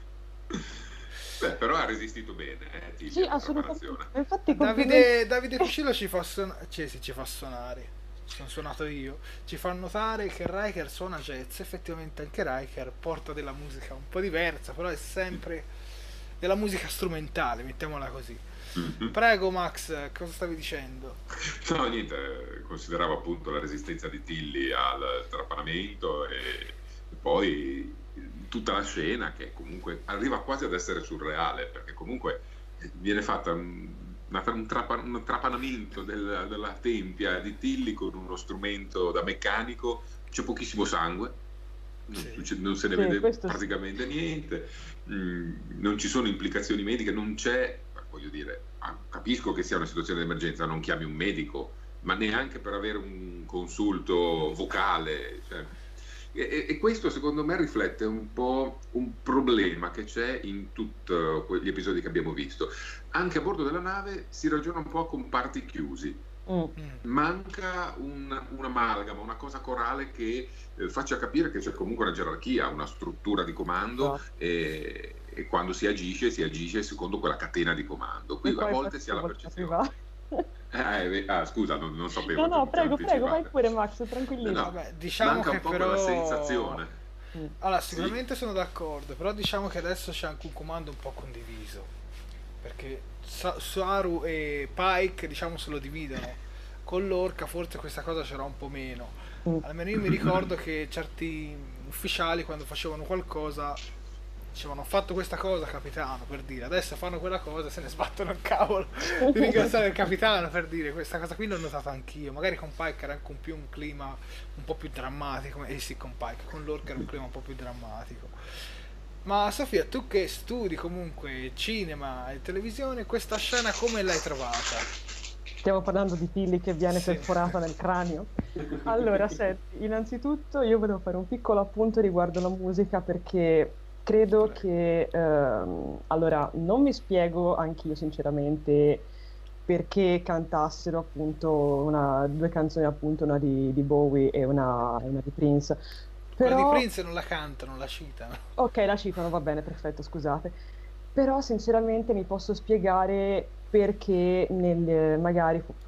Beh, però ha resistito bene, eh, Tilly, Sì, alla assolutamente. preparazione. Infatti, complimenti. Davide, Davide Fucillo ci fa suonare, cioè, sì, ci fa suonare, ci sono suonato io, ci fa notare che Riker suona jazz, effettivamente anche Riker porta della musica un po' diversa, però è sempre della musica strumentale, mettiamola così. Mhm. Prego Max, cosa stavi dicendo? No, niente, consideravo appunto la resistenza di Tilly al trapanamento e, e poi tutta la scena che comunque arriva quasi ad essere surreale, perché comunque viene fatta un, una- un, trapa- un trapanamento del- della tempia di Tilly con uno strumento da meccanico, c'è pochissimo sangue, non, Sì. succede- non se ne Sì, vede questo sì. praticamente niente, mm, non ci sono implicazioni mediche, non c'è, voglio dire, ah, capisco che sia una situazione di emergenza, non chiami un medico, ma neanche per avere un consulto vocale, cioè, e, e- e questo secondo me riflette un po' un problema che c'è in tutti gli episodi che abbiamo visto. Anche a bordo della nave si ragiona un po' con parti chiusi. Mm. Mm. Manca un, un'amalgama, una cosa corale che eh, faccia capire che c'è comunque una gerarchia, una struttura di comando Esatto. e, e quando si agisce, si agisce secondo quella catena di comando. Qui E a poi volte si ha la volevo percezione. arrivare. Eh, eh, ah, scusa, non, non sapevo. No, no, ti- ti prego, prego, vai anticipate. pure Max, tranquillissimo. No, Vabbè, diciamo manca che un po' però... quella sensazione. Mm. Allora, Sì. sicuramente sono d'accordo, però diciamo che adesso c'è anche un comando un po' condiviso, perché Sa- Saru e Pike, diciamo, se lo dividono. Con l'orca forse questa cosa c'era un po' meno. Mm. Almeno io mi ricordo che certi ufficiali quando facevano qualcosa dicevano: ho fatto questa cosa capitano, per dire. Adesso fanno quella cosa e se ne sbattono il cavolo di ringraziare il capitano, per dire. Questa cosa qui l'ho notata anch'io. Magari con Pike era anche un, più un clima un po' più drammatico. Eh sì, con Pike, con l'orca era un clima un po' più drammatico. Ma Sofia, tu che studi comunque cinema e televisione, questa scena come l'hai trovata? Stiamo parlando di Tilly che viene Sì. perforata nel cranio. Allora, senti, innanzitutto io volevo fare un piccolo appunto riguardo la musica perché credo che, ehm, allora, non mi spiego anch'io sinceramente perché cantassero appunto una, due canzoni appunto, una di, di Bowie e una, una di Prince. Quella Però... di Prince non la cantano, la citano. Ok, la citano, va bene, perfetto, scusate. Però sinceramente mi posso spiegare perché nel, magari fu-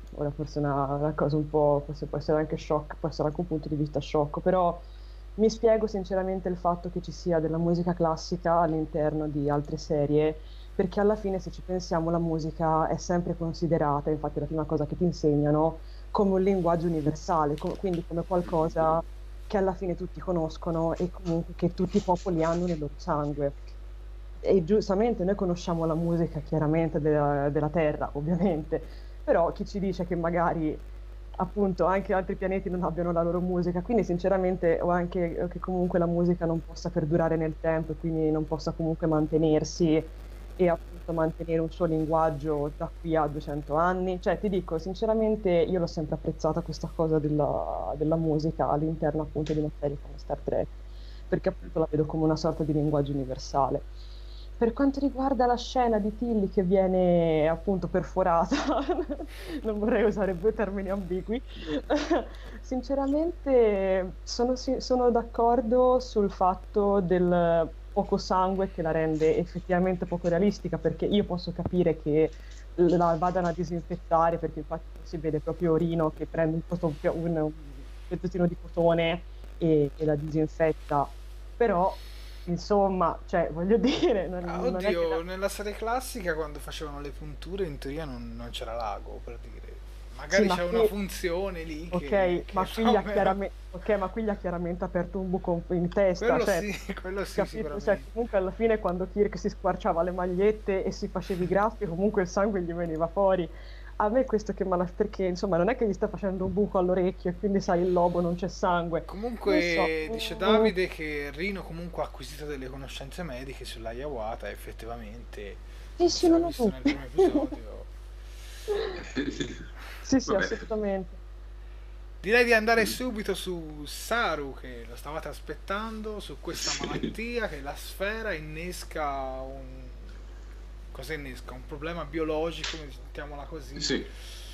ora forse è una, una cosa un po', forse può essere anche shock, può essere anche un punto di vista sciocco, però mi spiego sinceramente il fatto che ci sia della musica classica all'interno di altre serie, perché alla fine se ci pensiamo la musica è sempre considerata, infatti è la prima cosa che ti insegnano, come un linguaggio universale, co- quindi come qualcosa che alla fine tutti conoscono e comunque che tutti i popoli hanno nel loro sangue. E giustamente noi conosciamo la musica chiaramente della, della Terra, ovviamente, però chi ci dice che magari appunto anche altri pianeti non abbiano la loro musica, quindi sinceramente o anche che comunque la musica non possa perdurare nel tempo e quindi non possa comunque mantenersi e appunto mantenere un suo linguaggio da qui a duecento anni. Cioè ti dico, sinceramente io l'ho sempre apprezzata questa cosa della, della musica all'interno appunto di una serie come Star Trek, perché appunto la vedo come una sorta di linguaggio universale. Per quanto riguarda la scena di Tilly che viene appunto perforata, non vorrei usare due termini ambigui, sinceramente sono, si- sono d'accordo sul fatto del poco sangue che la rende effettivamente poco realistica, perché io posso capire che la vadano a disinfettare, perché infatti si vede proprio Rino che prende un, coton- un, un pezzettino di cotone e, e la disinfetta, però insomma, cioè, voglio dire, non, Ah, non è che oddio, la- nella serie classica quando facevano le punture in teoria non, non c'era l'ago, per dire. Sì, Magari ma c'è una qui, funzione lì che, ok, che ma qui gli fa ha meno... chiaramente, ok, ma qui gli ha chiaramente aperto un buco in testa, Quello cioè, sì, quello sì, capito? Cioè, sicuramente. comunque alla fine quando Kirk si squarciava le magliette e si faceva i graffi, comunque il sangue gli veniva fuori. A me questo che mala, perché insomma non è che gli sta facendo un buco all'orecchio e quindi sai il lobo non c'è sangue. Non so. Comunque dice mm, Davide che Rino comunque ha acquisito delle conoscenze mediche sulla Iawata, effettivamente, Sì, come sì, si era non ho visto nel dubbi. primo episodio. Sì, sì, Vabbè, assolutamente. Direi di andare subito su Saru, che lo stavate aspettando, su questa sì, malattia che la sfera innesca un... Cosa innesca? Un problema biologico, mettiamola così, sì,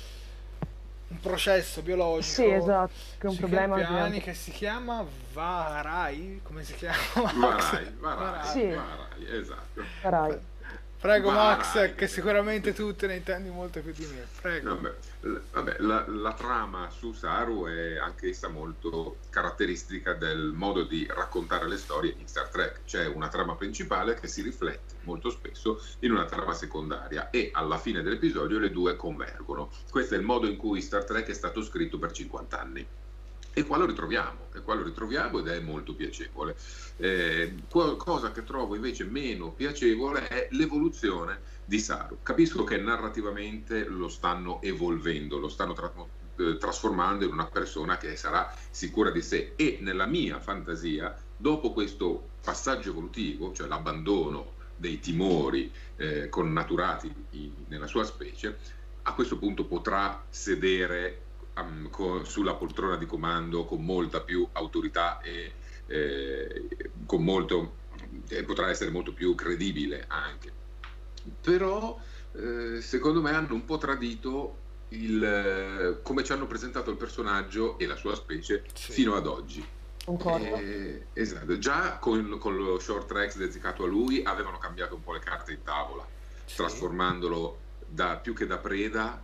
un processo Sì, biologico esatto, che è un sui problema Kelpiani ovviamente. che si chiama Varai, come si chiama Max? Varai, Varai, Varai. Sì, Varai, esatto. farai. Prego Max, Varai, che perché sicuramente tu te ne intendi molto più di me. Prego. vabbè, l- vabbè, la, la trama su Saru è anch'essa molto caratteristica del modo di raccontare le storie in Star Trek. C'è una trama principale che si riflette molto spesso in una trama secondaria e alla fine dell'episodio le due convergono. Questo è il modo in cui Star Trek è stato scritto per cinquanta anni. E qua lo ritroviamo, e qua lo ritroviamo ed è molto piacevole. Eh, qualcosa che trovo invece meno piacevole è l'evoluzione di Saru. Capisco che narrativamente lo stanno evolvendo, lo stanno tra- eh, trasformando in una persona che sarà sicura di sé e nella mia fantasia, dopo questo passaggio evolutivo, cioè l'abbandono dei timori eh, connaturati in- nella sua specie, a questo punto potrà sedere um, co- sulla poltrona di comando con molta più autorità e eh, con molto, eh, potrà essere molto più credibile anche. Però eh, secondo me hanno un po' tradito il, eh, come ci hanno presentato il personaggio e la sua specie Sì. fino ad oggi. Concordo. Eh, esatto. Già con, con lo short tracks dedicato a lui avevano cambiato un po' le carte in tavola, Sì. trasformandolo da, più che da preda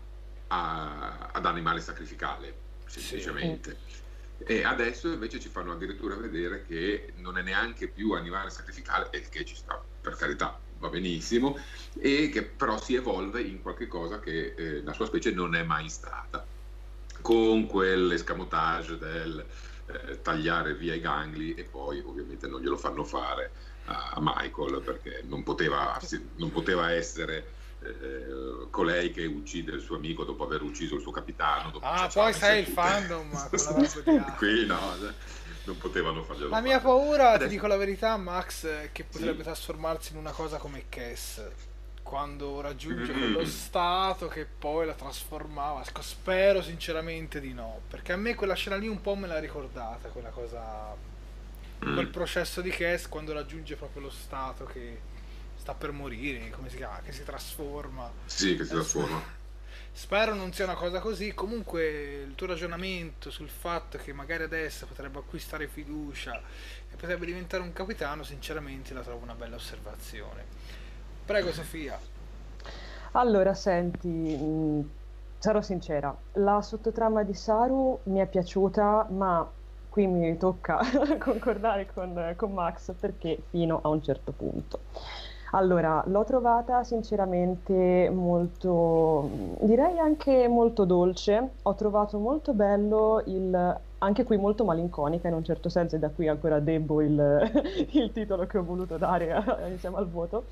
a- ad animale sacrificale, Sì. semplicemente. E adesso invece ci fanno addirittura vedere che non è neanche più animale sacrificale, e che ci sta, per carità, va benissimo, e che però si evolve in qualche cosa che eh, la sua specie non è mai stata, con quell'escamotage del eh, tagliare via i gangli e poi ovviamente non glielo fanno fare a Michael perché non poteva, non poteva essere eh, colei che uccide il suo amico dopo aver ucciso il suo capitano. Dopo Ah, cioè, poi cioè, sai il tutte- fandom con la roba di là. Qui no, non potevano farglielo La mia fare. paura, ti Adesso- dico la verità, Max, è che potrebbe Sì. trasformarsi in una cosa come Cass, quando raggiunge Mm. quello stato che poi la trasformava. Sc- Spero sinceramente di no, perché a me quella scena lì un po' me l'ha ricordata, quella cosa, quel Mm. processo di Cass quando raggiunge proprio lo stato che sta per morire, come si chiama, che si trasforma. Sì, che si Eh, trasforma. Spero non sia una cosa così. Comunque il tuo ragionamento sul fatto che magari adesso potrebbe acquistare fiducia e potrebbe diventare un capitano, sinceramente la trovo una bella osservazione. Prego Sofia. Allora, senti, mh, sarò sincera, la sottotrama di Saru mi è piaciuta, ma qui mi tocca concordare con, con Max perché fino a un certo punto. Allora, l'ho trovata sinceramente molto, direi anche molto dolce. Ho trovato molto bello il, anche qui molto malinconica in un certo senso, e da qui ancora debbo il, il titolo che ho voluto dare a- insieme al voto.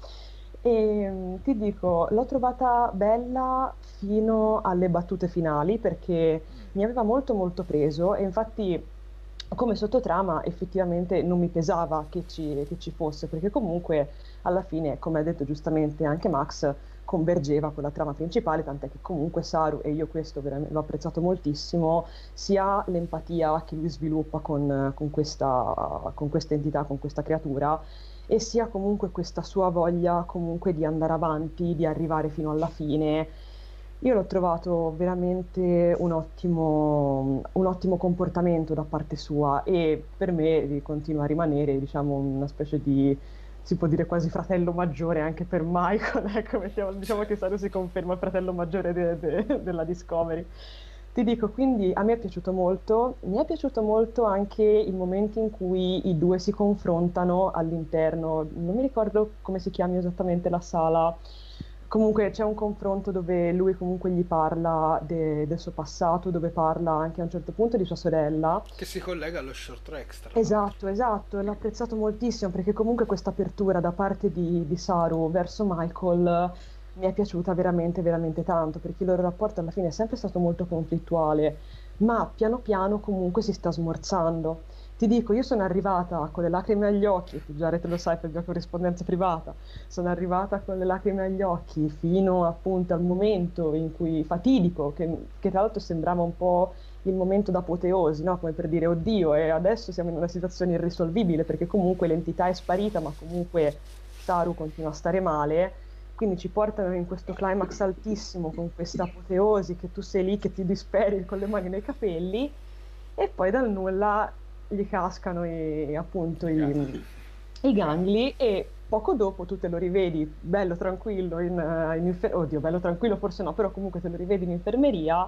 E mm, ti dico, l'ho trovata bella fino alle battute finali perché mi aveva molto molto preso e infatti come sottotrama effettivamente non mi pesava che ci, che ci fosse perché comunque alla fine, come ha detto giustamente anche Max, convergeva con la trama principale, tant'è che comunque Saru, e io questo veramente l'ho apprezzato moltissimo, sia l'empatia che lui sviluppa con, con questa, con questa entità, con questa creatura, e sia comunque questa sua voglia comunque di andare avanti, di arrivare fino alla fine. Io l'ho trovato veramente un ottimo, un ottimo comportamento da parte sua e per me continua a rimanere, diciamo, una specie di, si può dire quasi fratello maggiore anche per Michael, ecco, mettiamo- diciamo che Saru si conferma il fratello maggiore de- de- della Discovery. Ti dico, quindi a me è piaciuto molto, mi è piaciuto molto anche il momento in cui i due si confrontano all'interno, non mi ricordo come si chiami esattamente la sala, comunque c'è un confronto dove lui comunque gli parla de- del suo passato, dove parla anche a un certo punto di sua sorella. Che si collega allo short tracks, tra l'altro. Esatto, esatto, e l'ho apprezzato moltissimo perché comunque questa apertura da parte di, di Saru verso Michael mi è piaciuta veramente, veramente tanto perché il loro rapporto alla fine è sempre stato molto conflittuale, ma piano piano comunque si sta smorzando. Ti dico, io sono arrivata con le lacrime agli occhi, tu già te lo sai per mia corrispondenza privata, sono arrivata con le lacrime agli occhi fino appunto al momento in cui fatidico, che, che tra l'altro sembrava un po' il momento d'apoteosi, no? Come per dire, oddio, e adesso siamo in una situazione irrisolvibile perché comunque l'entità è sparita, ma comunque Saru continua a stare male. Quindi ci portano in questo climax altissimo con questa apoteosi che tu sei lì che ti disperi con le mani nei capelli e poi dal nulla gli cascano i, appunto i, i gangli e poco dopo tu te lo rivedi bello tranquillo in, eh, in infer- oddio, bello tranquillo forse no, però comunque te lo rivedi in infermeria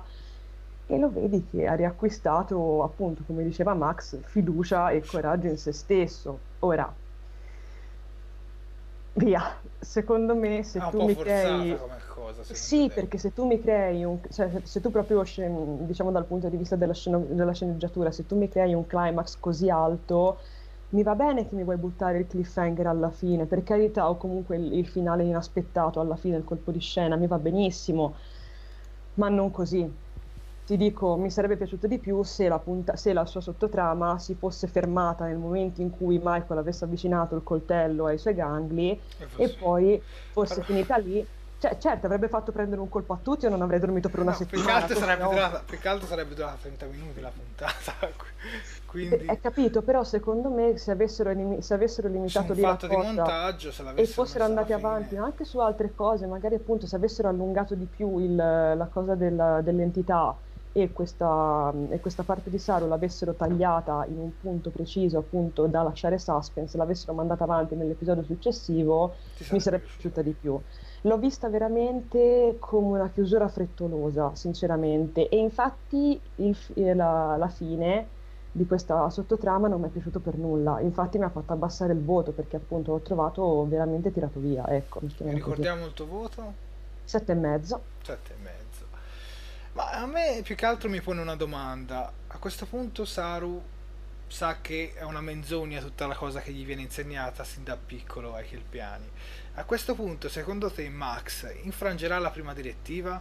e lo vedi che ha riacquistato, appunto, come diceva Max, fiducia e coraggio in se stesso. Ora, via, secondo me se È un tu po' mi forzata crei... come cosa, secondo Sì, te. perché se tu mi crei un... cioè se se tu proprio, scen- diciamo dal punto di vista della, sceno- della sceneggiatura, se tu mi crei un climax così alto, mi va bene che mi vuoi buttare il cliffhanger alla fine, per carità, o comunque il, il finale inaspettato alla fine, il colpo di scena, mi va benissimo, ma non così. Ti dico, mi sarebbe piaciuto di più se la, punta- se la sua sottotrama si fosse fermata nel momento in cui Michael avesse avvicinato il coltello ai suoi gangli E e così. poi fosse Allora, finita lì. Cioè, certo, avrebbe fatto prendere un colpo a tutti e non avrei dormito per una no, più che settimana, altro questo è sarebbe ovvio. durata, più che altro sarebbe durata trenta minuti la puntata. Eh, Hai Quindi, capito, però secondo me se avessero, elimi- se avessero su limitato un lì la fatto di cosa montaggio, se e l'avessero fossero messa alla andati avanti fine, anche su altre cose, magari appunto se avessero allungato di più il- la cosa della- dell'entità e questa, e questa parte di Saru l'avessero tagliata in un punto preciso appunto da lasciare suspense, l'avessero mandata avanti nell'episodio successivo, ti mi sarebbe sarebbe piaciuto. piaciuta di più. L'ho vista veramente come una chiusura frettolosa, sinceramente, e infatti il fi- eh, la, la fine di questa sottotrama non mi è piaciuto per nulla. Infatti mi ha fatto abbassare il voto perché appunto l'ho trovato veramente tirato via. Ecco, E mettiamola così. ricordiamo il tuo voto? Sette e mezzo. Sette e mezzo. Ma a me più che altro mi pone una domanda. A questo punto Saru sa che è una menzogna tutta la cosa che gli viene insegnata sin da piccolo ai Kelpiani. A questo punto, secondo te, Max infrangerà la prima direttiva?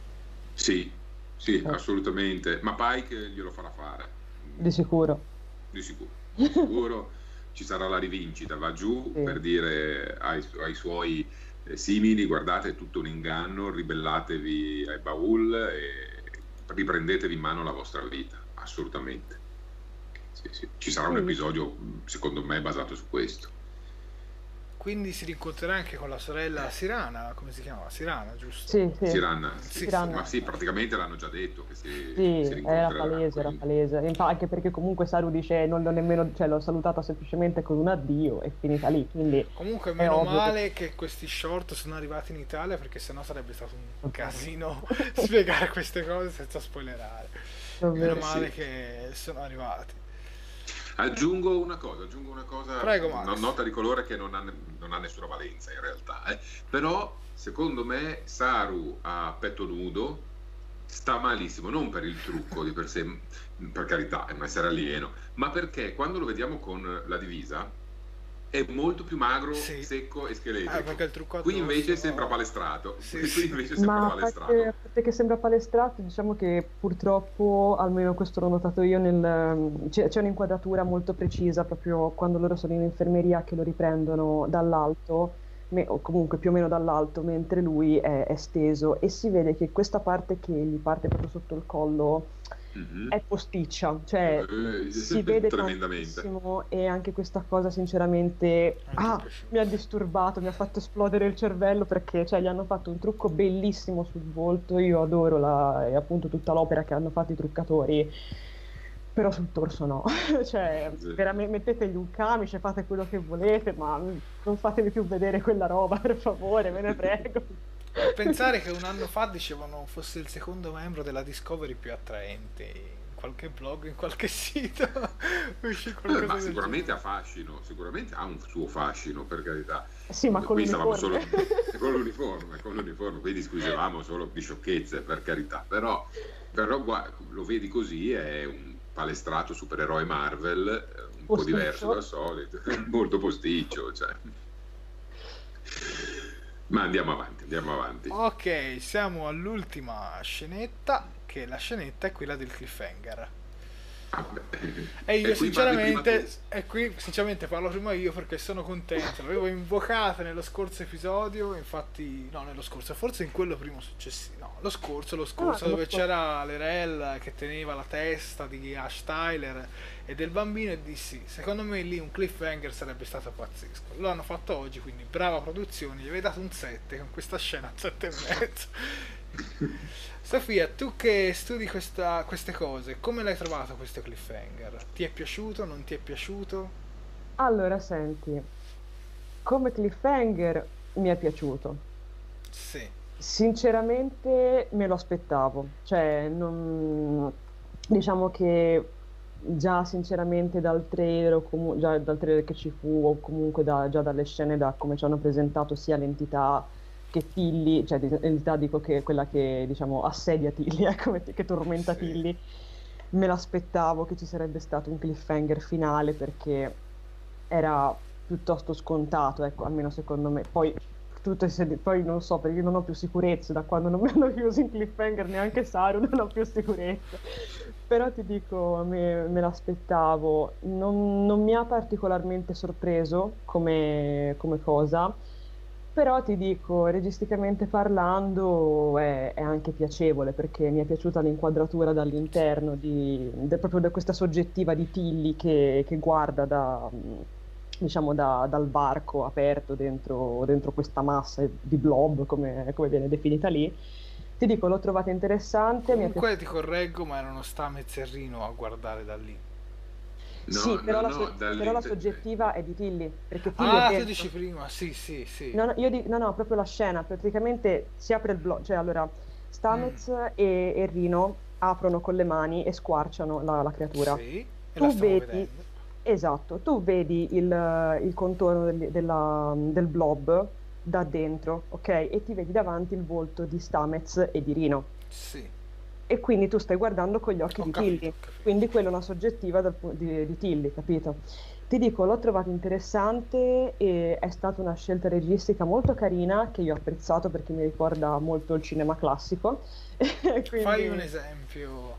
Sì, sì, Eh, assolutamente. Ma Pike glielo farà fare. di sicuro. Di sicuro, di sicuro ci sarà la rivincita, va giù Sì. per dire ai, su- ai suoi eh, simili: guardate, è tutto un inganno, ribellatevi ai Baul e riprendetevi in mano la vostra vita, assolutamente. Sì, sì. Ci sarà un Sì. episodio, mh, secondo me, basato su questo. quindi si rincontrerà anche con la sorella Sirana, come si chiama? Sirana, giusto? Sì, sì. Siranna. Sì, Siranna. Ma sì, praticamente l'hanno già detto che si, si Sì, era rincontrerà. palese, era quindi- palese. Infa- anche perché comunque Saru dice non l'ho nemmeno, cioè l'ho salutata semplicemente con un addio e finita lì, quindi Comunque è meno ovvio che- male che... questi short sono arrivati in Italia, perché sennò sarebbe stato un casino spiegare queste cose senza spoilerare. Davvero. Meno male sì. che sono arrivati. Aggiungo una cosa, aggiungo una cosa, Prego, Max. una nota di colore che non ha, non ha nessuna valenza in realtà, eh. Però secondo me Saru a petto nudo sta malissimo, non per il trucco di per sé, per carità, è un essere alieno, ma perché quando lo vediamo con la divisa è molto più magro, Sì. secco e Eh, scheletrico. perché il trucco Qui addosso, invece no? sembra palestrato, Sì, qui sì. invece sembra Ma a palestrato. parte, a parte che sembra palestrato, diciamo che purtroppo, almeno questo l'ho notato io, nel, c'è, c'è un'inquadratura molto precisa proprio quando loro sono in infermeria che lo riprendono dall'alto, me- o comunque più o meno dall'alto, mentre lui è, è steso e si vede che questa parte che gli parte proprio sotto il collo Mhm. è posticcia, cioè Eh, si vede tremendamente. tantissimo e anche questa cosa sinceramente Anche ah, piaciuto. mi ha disturbato, mi ha fatto esplodere il cervello perché cioè, gli hanno fatto un trucco bellissimo sul volto, io adoro la, e appunto tutta l'opera che hanno fatto i truccatori, però sul torso no, cioè Sì. veramente mettetegli un camice, fate quello che volete, ma non fatevi più vedere quella roba per favore, ve ne prego. Pensare che un anno fa dicevano fosse il secondo membro della Discovery più attraente, in qualche blog, in qualche sito uscì Eh, qualcosa ma del sicuramente ha fascino, sicuramente ha un suo fascino, per carità. Sì, ma con Qui stavamo solo l'uniforme. con l'uniforme, con l'uniforme, qui discutevamo solo di sciocchezze, per carità, però, però gua- lo vedi così, è un palestrato supereroe Marvel, eh, un po' Posticcio. diverso dal solito, molto posticcio, cioè. Ma andiamo avanti, andiamo avanti. Ok, siamo all'ultima scenetta, che la scenetta è quella del cliffhanger. Ah, beh. E io qui parli sinceramente, prima tu. e qui sinceramente parlo prima io perché sono contento, l'avevo invocata nello scorso episodio, infatti, no, nello scorso, forse in quello primo successivo, no, lo scorso, lo scorso, Ah, lo dove scorso. c'era l'Erel che teneva la testa di Ash Tyler e del bambino e dissi, secondo me lì un cliffhanger sarebbe stato pazzesco. Lo hanno fatto oggi, quindi brava produzione, gli avevi dato un sette con questa scena a sette e mezzo. Sofia, tu che studi questa, queste cose, come l'hai trovato questo cliffhanger? Ti è piaciuto? Non ti è piaciuto? Allora, senti, come cliffhanger mi è piaciuto. Sì. Sinceramente me lo aspettavo, cioè non... diciamo che già sinceramente dal trailer, o comu- già dal trailer che ci fu, o comunque da- già dalle scene, da come ci hanno presentato sia l'entità che Tilly, cioè di- l'entità dico che quella che diciamo assedia Tilly, ecco, che che tormenta Sì. Tilly, me l'aspettavo che ci sarebbe stato un cliffhanger finale perché era piuttosto scontato, ecco, almeno secondo me. Poi, tutte se- poi non so, perché io non ho più sicurezze da quando non mi hanno chiuso in cliffhanger, neanche Saru, non ho più sicurezze. Però ti dico, me, me l'aspettavo. Non, non mi ha particolarmente sorpreso come, come cosa, però ti dico, registicamente parlando è, è anche piacevole perché mi è piaciuta l'inquadratura dall'interno, di, de- proprio da questa soggettiva di Tilly che, che guarda da, diciamo da- dal varco aperto dentro, dentro questa massa di blob, come, come viene definita lì. Ti dico, l'ho trovata interessante. Mi è Comunque ti correggo, ma erano Stamez e Rino a guardare da lì. No, Sì, però, no, la, so- no, dalle- però la soggettiva è di Tilly, perché Tilly Ah, è tu dentro. dici prima, sì, sì, sì. No, no, io di- no, no, proprio la scena, praticamente si apre il blog, cioè allora Stamez Mm. e, e Rino aprono con le mani e squarciano la, la creatura. Sì, e Tu la stiamo vedi, vedendo. esatto, tu vedi il, il contorno del, della- del blob da dentro, ok? E ti vedi davanti il volto di Stamez e di Rino. Sì. E quindi tu stai guardando con gli occhi Ho di capito, Tilly, ho capito. quindi quella è una soggettiva dal pu- di, di Tilly, capito? Ti dico, l'ho trovato interessante e è stata una scelta registica molto carina che io ho apprezzato perché mi ricorda molto il cinema classico. Quindi- Fai un esempio.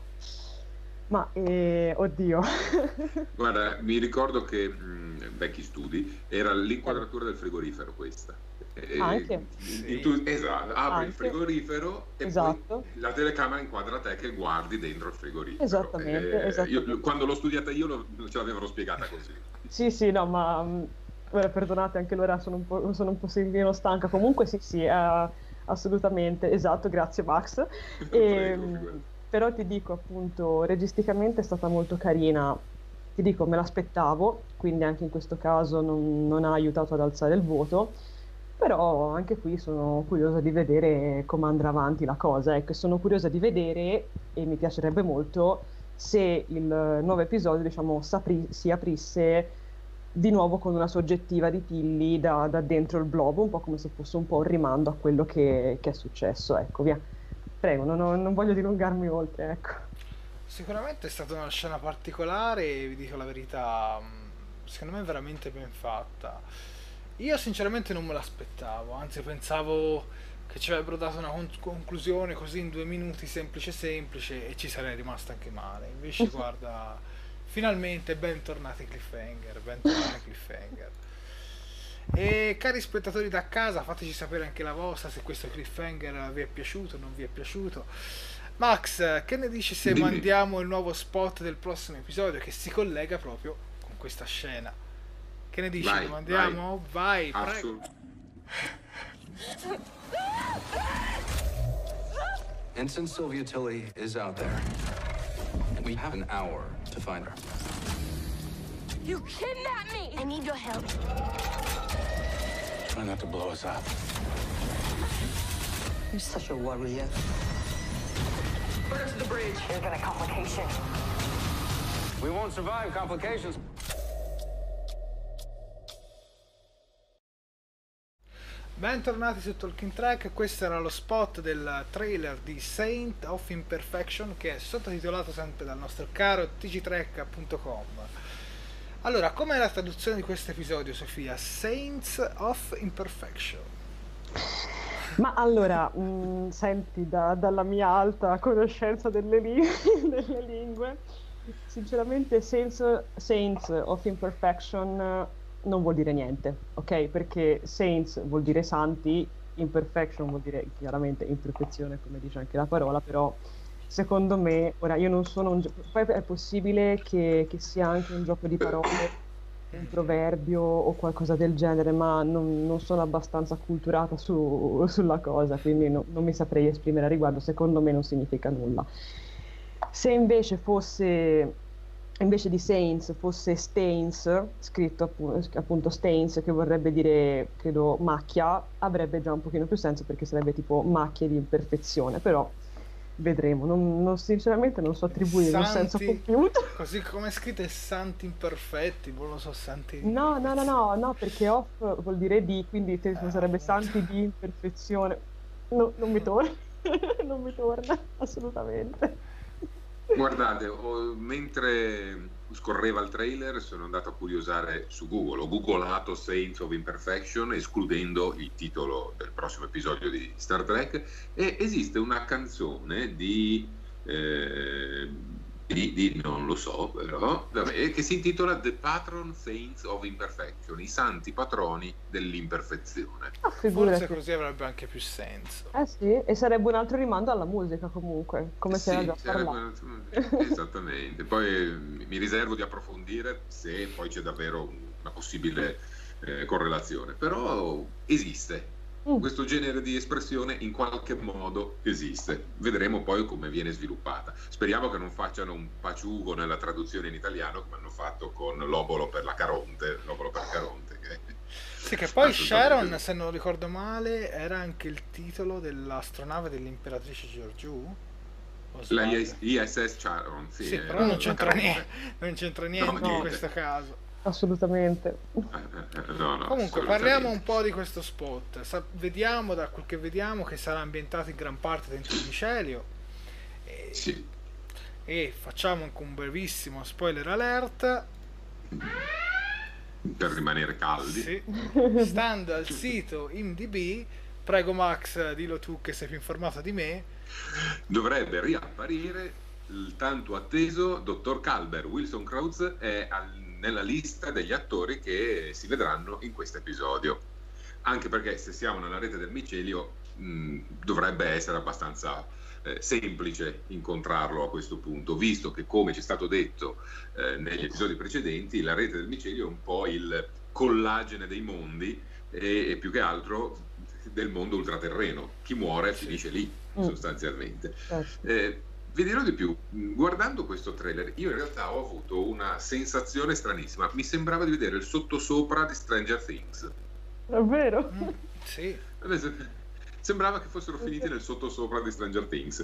Ma, eh, oddio. Guarda, mi ricordo che mh, vecchi studi era l'inquadratura del frigorifero questa. E- Anche. in tu- esatto, apri il Anche. frigorifero e Esatto. poi la telecamera inquadra te che guardi dentro il frigorifero. Esattamente, Eh, esattamente. io- quando l'ho studiata io lo- ce l'avevano spiegata così. Sì, sì, no, ma mh, Ora, perdonate, anche l'ora sono un po', sono un po' meno stanca. Comunque sì, sì, eh, assolutamente, esatto, grazie Max. E, Prego, figurati. però ti dico appunto, registicamente è stata molto carina. Ti dico, me l'aspettavo, quindi anche in questo caso non, non ha aiutato ad alzare il voto. Però anche qui sono curiosa di vedere come andrà avanti la cosa. Ecco, sono curiosa di vedere e mi piacerebbe molto se il nuovo episodio, diciamo, s'apri- si aprisse di nuovo con una soggettiva di Tilly da, da dentro il blob, un po' come se fosse un po' un rimando a quello che, che è successo. Ecco, via. Prego, non, ho- non voglio dilungarmi oltre, ecco. Sicuramente è stata una scena particolare e vi dico la verità, mh, secondo me è veramente ben fatta. Io sinceramente non me l'aspettavo, anzi pensavo che ci avrebbero dato una con- conclusione così in due minuti semplice semplice e ci sarei rimasto anche male. Invece guarda, finalmente bentornati Cliffhanger, bentornati Cliffhanger. E cari spettatori da casa, fateci sapere anche la vostra se questo Cliffhanger vi è piaciuto o non vi è piaciuto. Max, che ne dici se Dimmi. mandiamo il nuovo spot del prossimo episodio che si collega proprio con questa scena? Che ne dici? Vai, Lo mandiamo? Vai, prego. Assolut- Ensign Sylvia Tilly is out there. We have an hour to find her. You kidnapped me! I need your help. Try not to blow us up. You're such a warrior. Put her to the bridge. There's been a complication. We won't survive complications. Bentornati su Talking Track, questo era lo spot del trailer di Saint of Imperfection che è sottotitolato sempre dal nostro caro t g trek punto com. Allora, com'è la traduzione di questo episodio, Sofia? Saints of Imperfection. Ma allora, mh, senti, da- dalla mia alta conoscenza delle, li- delle lingue, sinceramente Saints, Saints of Imperfection eh, non vuol dire niente, ok? Perché Saints vuol dire santi, Imperfection vuol dire chiaramente imperfezione, come dice anche la parola, però secondo me, ora io non sono un gio- poi è possibile che, che sia anche un gioco di parole, un proverbio o qualcosa del genere, ma non, non sono abbastanza acculturata su- sulla cosa, quindi no- non mi saprei esprimere a riguardo. Secondo me non significa nulla. Se invece fosse, invece di Saints, fosse Stains, scritto appu- appunto Stains, che vorrebbe dire, credo, macchia, avrebbe già un pochino più senso perché sarebbe tipo macchie di imperfezione, però vedremo. Non, non- sinceramente non so attribuire un senso Santi, compiuto. così come è scritto è santi imperfetti, non lo so, santi di No, no, no, imperfezione. no, no, perché off vuol dire di, quindi te- Eh, sarebbe appunto. santi di imperfezione. No, non mi torna, non mi torna, assolutamente. Guardate, ho- mentre scorreva il trailer sono andato a curiosare su Google, ho googolato Saints of Imperfection escludendo il titolo del prossimo episodio di Star Trek e esiste una canzone di, eh, di, di- non lo so però, vabbè, che si intitola The Patron Saints of Imperfection, i santi patroni dell'imperfezione. Ah, Forse figurati. così avrebbe anche più senso. Eh sì, e sarebbe un altro rimando alla musica comunque, come si era Sì, già sarebbe- parlato. esattamente. Poi eh, mi riservo di approfondire se poi c'è davvero una possibile eh, correlazione, però esiste. Mm. Questo genere di espressione in qualche modo esiste. Vedremo poi come viene sviluppata. Speriamo che non facciano un paciugo nella traduzione in italiano come hanno fatto con l'obolo per la Caronte, l'obolo per Caronte, che Sì, che poi assolutamente Sharon, no. se non ricordo male, era anche il titolo dell'astronave dell'imperatrice Georgiou? O La sbaglio? I S S Charon, sì, Sì, è però la- non la c'entra Caronte. niente, non c'entra niente in niente. questo caso. Assolutamente. Eh, eh, no, no, Comunque, assolutamente. parliamo un po' di questo spot. Sa- vediamo, da quel che vediamo, che sarà ambientato in gran parte dentro il micelio. E, Sì. e facciamo anche un brevissimo spoiler alert. Per rimanere caldi. Sì. Stando al sito I M D B, prego Max, dillo tu che sei più informato di me. Dovrebbe riapparire il tanto atteso dottor Culber. Wilson Krautz è al- nella lista degli attori che si vedranno in questo episodio. Anche perché se siamo nella rete del micelio mh, dovrebbe essere abbastanza eh, semplice incontrarlo a questo punto, visto che, come ci è stato detto eh, negli episodi precedenti, la rete del micelio è un po' il collagene dei mondi e, e più che altro del mondo ultraterreno. Chi muore Sì. finisce lì, Mm. sostanzialmente. Certo. Eh, vi dirò di più, guardando questo trailer io in realtà ho avuto una sensazione stranissima, mi sembrava di vedere il sottosopra di Stranger Things. Davvero? Mm, sì. Adesso, sembrava che fossero finiti nel sottosopra di Stranger Things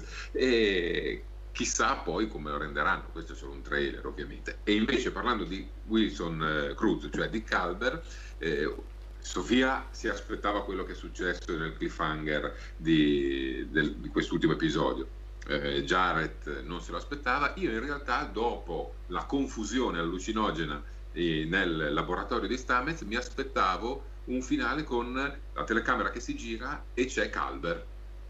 e chissà poi come lo renderanno. Questo è solo un trailer, ovviamente. E invece, parlando di Wilson eh, Cruz, cioè di Culber, eh, Sofia si aspettava quello che è successo nel cliffhanger di, del, di quest'ultimo episodio. eh, Jared non se lo aspettava. Io in realtà, dopo la confusione allucinogena eh, nel laboratorio di Stamets, mi aspettavo un finale con la telecamera che si gira e c'è Culber.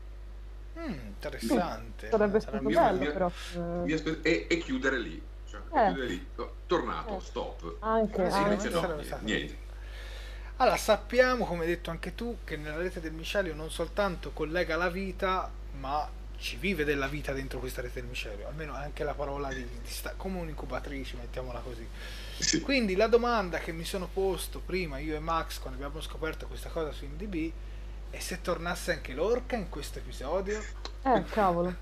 Mm, interessante. Sarebbe stato Sarebbe- bello, mi- però. Mi eh, aspe- e, e chiudere lì, cioè, e Eh. chiudere lì. Oh, tornato, Eh. stop. Anche, Eh sì, E anche. invece no, sarebbe stato- niente. Allora, sappiamo, come hai detto anche tu, che nella rete del miscelio non soltanto collega la vita, ma ci vive della vita dentro questa rete del miscelio. Almeno è anche la parola di, di sta- come un'incubatrice, mettiamola così. Sì. Quindi la domanda che mi sono posto prima io e Max quando abbiamo scoperto questa cosa su I M D B è se tornasse anche Lorca in questo episodio. Eh, cavolo.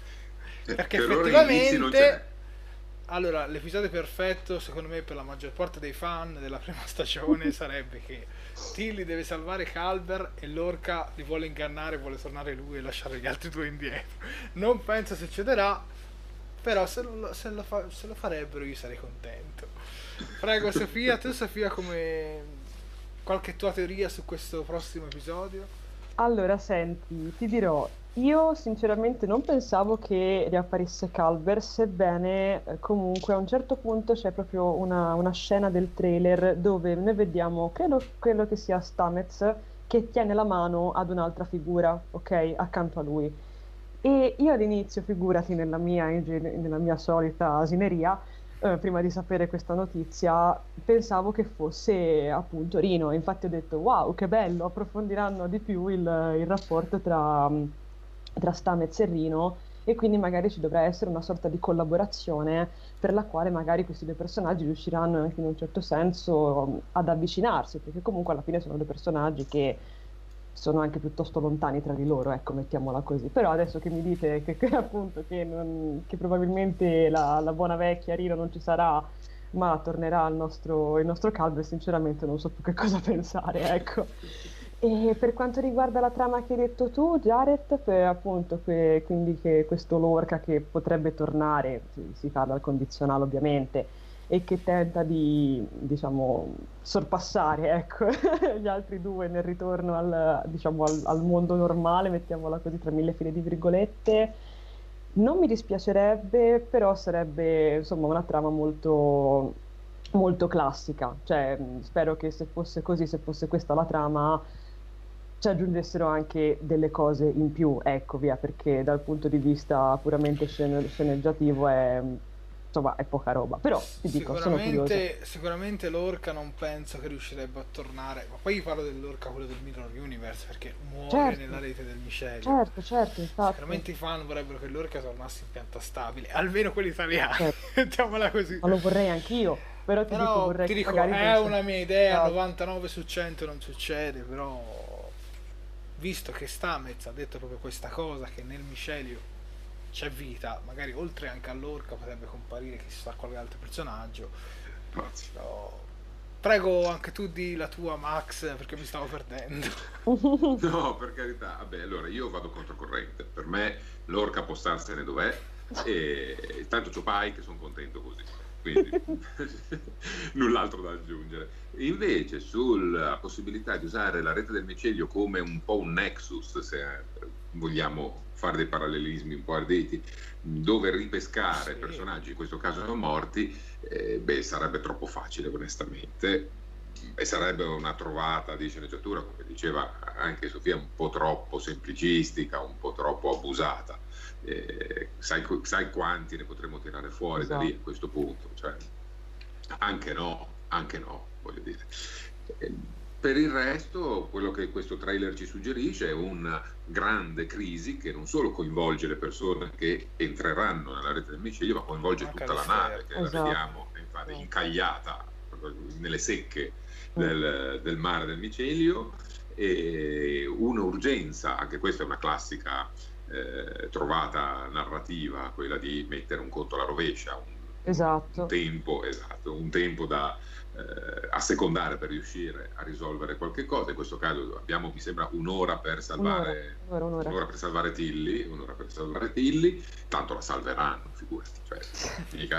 Perché Per ora indizi non effettivamente, c'è. allora, l'episodio perfetto secondo me per la maggior parte dei fan della prima stagione sarebbe che Tilly deve salvare Culber e Lorca li vuole ingannare, vuole tornare lui e lasciare gli altri due indietro. Non penso succederà, però se lo, se lo fa- se lo farebbero io sarei contento. Prego Sofia, tu Sofia, come qualche tua teoria su questo prossimo episodio? Allora, senti, ti dirò, io sinceramente non pensavo che riapparisse Culber, sebbene eh, comunque a un certo punto c'è proprio una, una scena del trailer dove noi vediamo, credo quello che sia Stamets, che tiene la mano ad un'altra figura, ok, accanto a lui. E io all'inizio, figurati, nella mia, ingene- nella mia solita asineria, eh, prima di sapere questa notizia, pensavo che fosse appunto Rino. Infatti ho detto, wow, che bello, approfondiranno di più il, il rapporto tra, tra Stamets e Rino e quindi magari ci dovrà essere una sorta di collaborazione per la quale magari questi due personaggi riusciranno anche in un certo senso um, ad avvicinarsi, perché comunque alla fine sono due personaggi che sono anche piuttosto lontani tra di loro, ecco, mettiamola così. Però adesso che mi dite che, che appunto che, non- che probabilmente la, la buona vecchia Rino non ci sarà, ma tornerà il nostro, il nostro Culber, sinceramente non so più che cosa pensare, ecco. E per quanto riguarda la trama che hai detto tu, Jared, per appunto que- quindi che questo Lorca che potrebbe tornare, si, si parla al condizionale ovviamente, e che tenta di, diciamo, sorpassare, ecco, gli altri due nel ritorno al, diciamo, al, al mondo normale, mettiamola così tra mille file di virgolette. Non mi dispiacerebbe, però sarebbe insomma una trama molto, molto classica. Cioè, mh, spero che se fosse così, se fosse questa la trama, ci aggiungessero anche delle cose in più, ecco, via, perché dal punto di vista puramente scene- sceneggiativo è, insomma, è poca roba. Però ti dico, sono curiosa. Sicuramente, sicuramente Lorca non penso che riuscirebbe a tornare, ma poi io parlo dell'Orca, quello del Mirror Universe, perché muore Certo. nella rete del miscelio. Certo, certo, infatti. Sicuramente i fan vorrebbero che Lorca tornasse in pianta stabile, almeno quelli italiani, Certo. mettiamola così. Ma lo vorrei anch'io, però ti dico, Però vorrei ti che dico, magari è fosse- una mia idea, Esatto. novantanove su cento non succede, però visto che Stamets ha detto proprio questa cosa, che nel miscelio c'è vita, magari oltre anche all'Orca potrebbe comparire chissà quale altro personaggio. Grazie. Però prego anche tu di la tua, Max, perché mi stavo perdendo. No, per carità. Vabbè, allora io vado controcorrente. Per me Lorca può starsene dov'è e tanto c'ho Pike, sono contento così. Quindi null'altro da aggiungere. Invece sulla possibilità di usare la rete del miscelio come un po' un nexus, se vogliamo fare dei parallelismi un po' arditi, dove ripescare Sì. personaggi, in questo caso sono morti, eh, beh, sarebbe troppo facile onestamente. E sarebbe una trovata di sceneggiatura, come diceva anche Sofia, un po' troppo semplicistica, un po' troppo abusata. Eh, sai, sai quanti ne potremmo tirare fuori da lì a questo punto? Cioè, anche no, anche no, voglio dire. Eh, per il resto, quello che questo trailer ci suggerisce è una grande crisi che non solo coinvolge le persone che entreranno nella rete del miscelio, ma coinvolge Anche tutta la l'esterno. nave, che Esatto. la vediamo infatti incagliata nelle secche del, del mare del Micelio, e un'urgenza, anche questa è una classica eh, trovata narrativa, quella di mettere un conto alla rovescia, un, Esatto. un tempo, esatto, un tempo da eh, assecondare per riuscire a risolvere qualche cosa. In questo caso abbiamo, mi sembra, un'ora per salvare Un'ora, un'ora. un'ora per salvare Tilly, un'ora per salvare Tilly, tanto la salveranno, figurati, cioè, mica,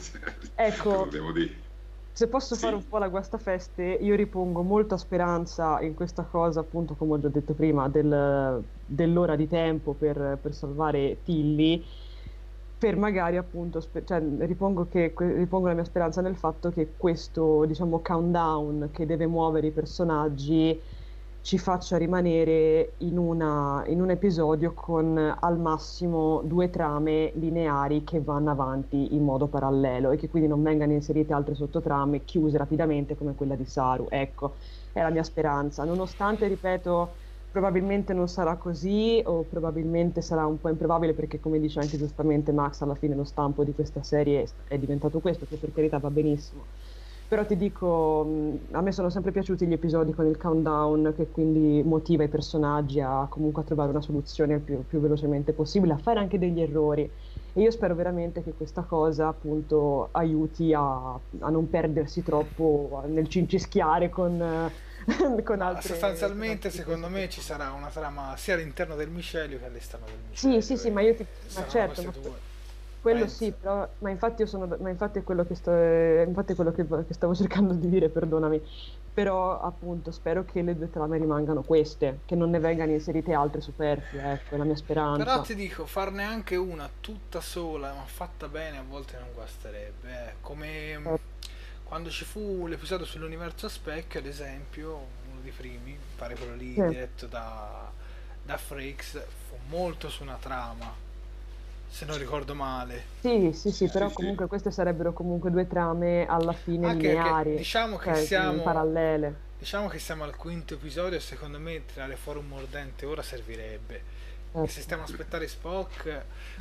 Ecco, cosa dobbiamo dire? se posso Sì. fare un po' la guastafeste, io ripongo molta speranza in questa cosa, appunto, come ho già detto prima, del- dell'ora di tempo per, per salvare Tilly, per magari appunto, spe- cioè, ripongo, che, que- ripongo la mia speranza nel fatto che questo, diciamo, countdown che deve muovere i personaggi ci faccia rimanere in una- in un episodio con al massimo due trame lineari che vanno avanti in modo parallelo e che quindi non vengano inserite altre sottotrame chiuse rapidamente come quella di Saru. Ecco, è la mia speranza. Nonostante, ripeto, probabilmente non sarà così o probabilmente sarà un po' improbabile perché, come dice anche giustamente Max, alla fine lo stampo di questa serie è diventato questo, che per carità va benissimo. Però ti dico, mh, a me sono sempre piaciuti gli episodi con il countdown che quindi motiva i personaggi a comunque a trovare una soluzione il più, più velocemente possibile, a fare anche degli errori. E io spero veramente che questa cosa appunto aiuti a, a non perdersi troppo nel cincischiare con, eh, con Ma altre... sostanzialmente, con altre secondo me, cose. ci sarà una trama sia all'interno del Micelio che all'esterno del Sì, Micelio. sì, sì, e ma io ti... Ma saranno certo, queste ma due. quello Penso. sì, però, ma infatti io sono, ma infatti è quello che sto, eh, infatti è quello che, che stavo cercando di dire, perdonami. Però appunto spero che le due trame rimangano queste, che non ne vengano inserite altre superflue, ecco, è la mia Però speranza. ti dico, farne anche una tutta sola, ma fatta bene, a volte non guasterebbe. eh. Come mm, Eh, quando ci fu l'episodio sull'universo a specchio, ad esempio, uno dei primi, mi pare quello lì sì. diretto da, da Frakes, fu molto su una trama, se non ricordo male. Sì, sì, sì, però Sì, sì. comunque queste sarebbero comunque due trame alla fine Anche perché lineari, diciamo che cioè mm, siamo, parallele. diciamo che siamo al quinto episodio e secondo me tirare fuori un mordente ora servirebbe. E se Ecco. stiamo a aspettare Spock,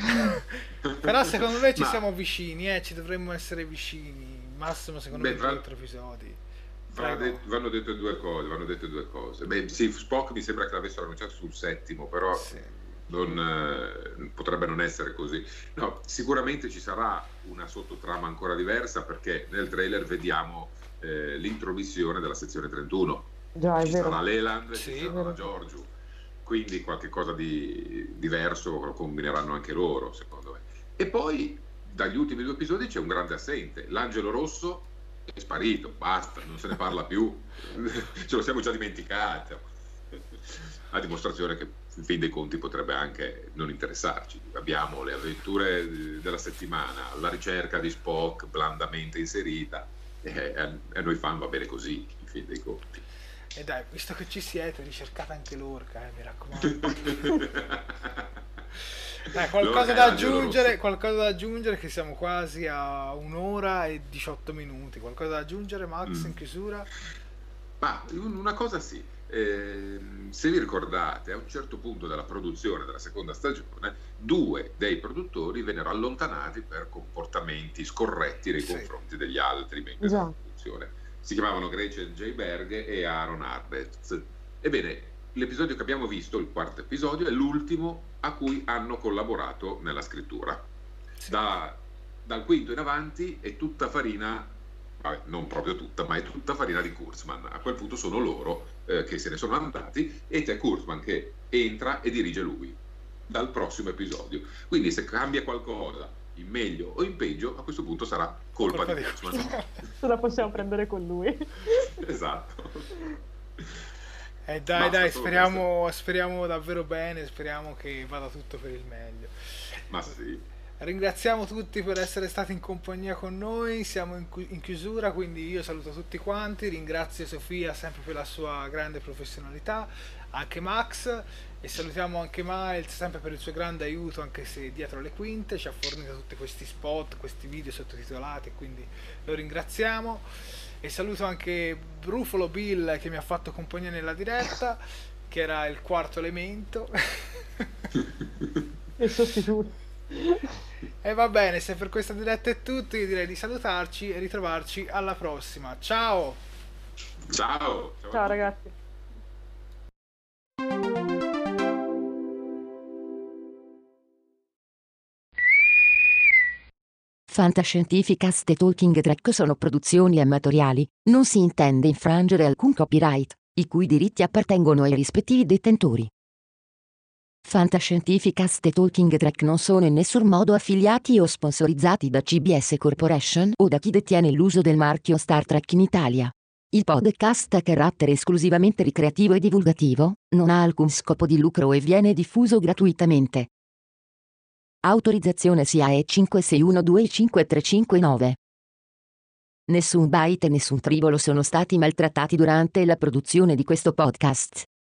però secondo me ci Ma siamo vicini, eh, ci dovremmo essere vicini. Massimo secondo beh, me due tra- o tre episodi. va Prego. det- vanno dette due cose, vanno dette due cose. Beh, sì, Spock mi sembra che l'avessero annunciato sul settimo, però Sì. non, eh, potrebbe non essere così. No, sicuramente ci sarà una sottotrama ancora diversa perché nel trailer vediamo eh, l'intromissione della sezione trentuno. Già, è Ci sarà vero. Leland, Sì. ci sarà la Giorgiu, quindi qualche cosa di diverso lo combineranno anche loro, secondo me. E poi dagli ultimi due episodi c'è un grande assente, l'Angelo Rosso è sparito, basta, non se ne parla più, ce lo siamo già dimenticato, a dimostrazione che in fin dei conti potrebbe anche non interessarci. Abbiamo le avventure della settimana, la ricerca di Spock blandamente inserita, e a, a noi fan va bene così, in fin dei conti. E dai, visto che ci siete, ricercate anche l'orca, eh, mi raccomando. Dai, qualcosa L'orca da e l'angelo aggiungere, rosso. qualcosa da aggiungere, che siamo quasi a un'ora e diciotto minuti. Qualcosa da aggiungere, Max, in Mm. chiusura? Ma un- una cosa sì, ehm, se vi ricordate, a un certo punto della produzione della seconda stagione, due dei produttori vennero allontanati per comportamenti scorretti nei Sì. confronti degli altri membri Già. della produzione. Si chiamavano Gretchen J. Berg e Aaron Arbetz. Ebbene, l'episodio che abbiamo visto, il quarto episodio, è l'ultimo a cui hanno collaborato nella scrittura. Sì. Da- dal quinto in avanti è tutta farina, vabbè, non proprio tutta, ma è tutta farina di Kurtzman. A quel punto sono loro eh, che se ne sono andati e c'è Kurtzman che entra e dirige lui dal prossimo episodio. Quindi se cambia qualcosa in meglio o in peggio, a questo punto sarà colpa, Colpa di di Kurtzman. Ce la possiamo prendere con lui. Esatto. Eh dai, Basta, dai, solo speriamo, speriamo davvero bene, speriamo che vada tutto per il meglio. Ma sì. Ringraziamo tutti per essere stati in compagnia con noi, siamo in, cu- in chiusura, quindi io saluto tutti quanti, ringrazio Sofia sempre per la sua grande professionalità, anche Max, e salutiamo anche Miles sempre per il suo grande aiuto, anche se dietro le quinte ci ha fornito tutti questi spot, questi video sottotitolati, quindi lo ringraziamo. E saluto anche Brufolo Bill che mi ha fatto compagnia nella diretta, che era il quarto elemento. Il sostituto. E va bene, se per questa diretta è tutto, io direi di salutarci e ritrovarci alla prossima. Ciao! Ciao! Ciao, ciao ragazzi! Fantascientificast e Talking Track sono produzioni amatoriali, non si intende infrangere alcun copyright, i cui diritti appartengono ai rispettivi detentori. Fantascientificast e Talking Track non sono in nessun modo affiliati o sponsorizzati da C B S Corporation o da chi detiene l'uso del marchio Star Trek in Italia. Il podcast ha carattere esclusivamente ricreativo e divulgativo, non ha alcun scopo di lucro e viene diffuso gratuitamente. Autorizzazione S I A E cinque sei uno due cinque tre cinque nove. Nessun byte e nessun tribolo sono stati maltrattati durante la produzione di questo podcast.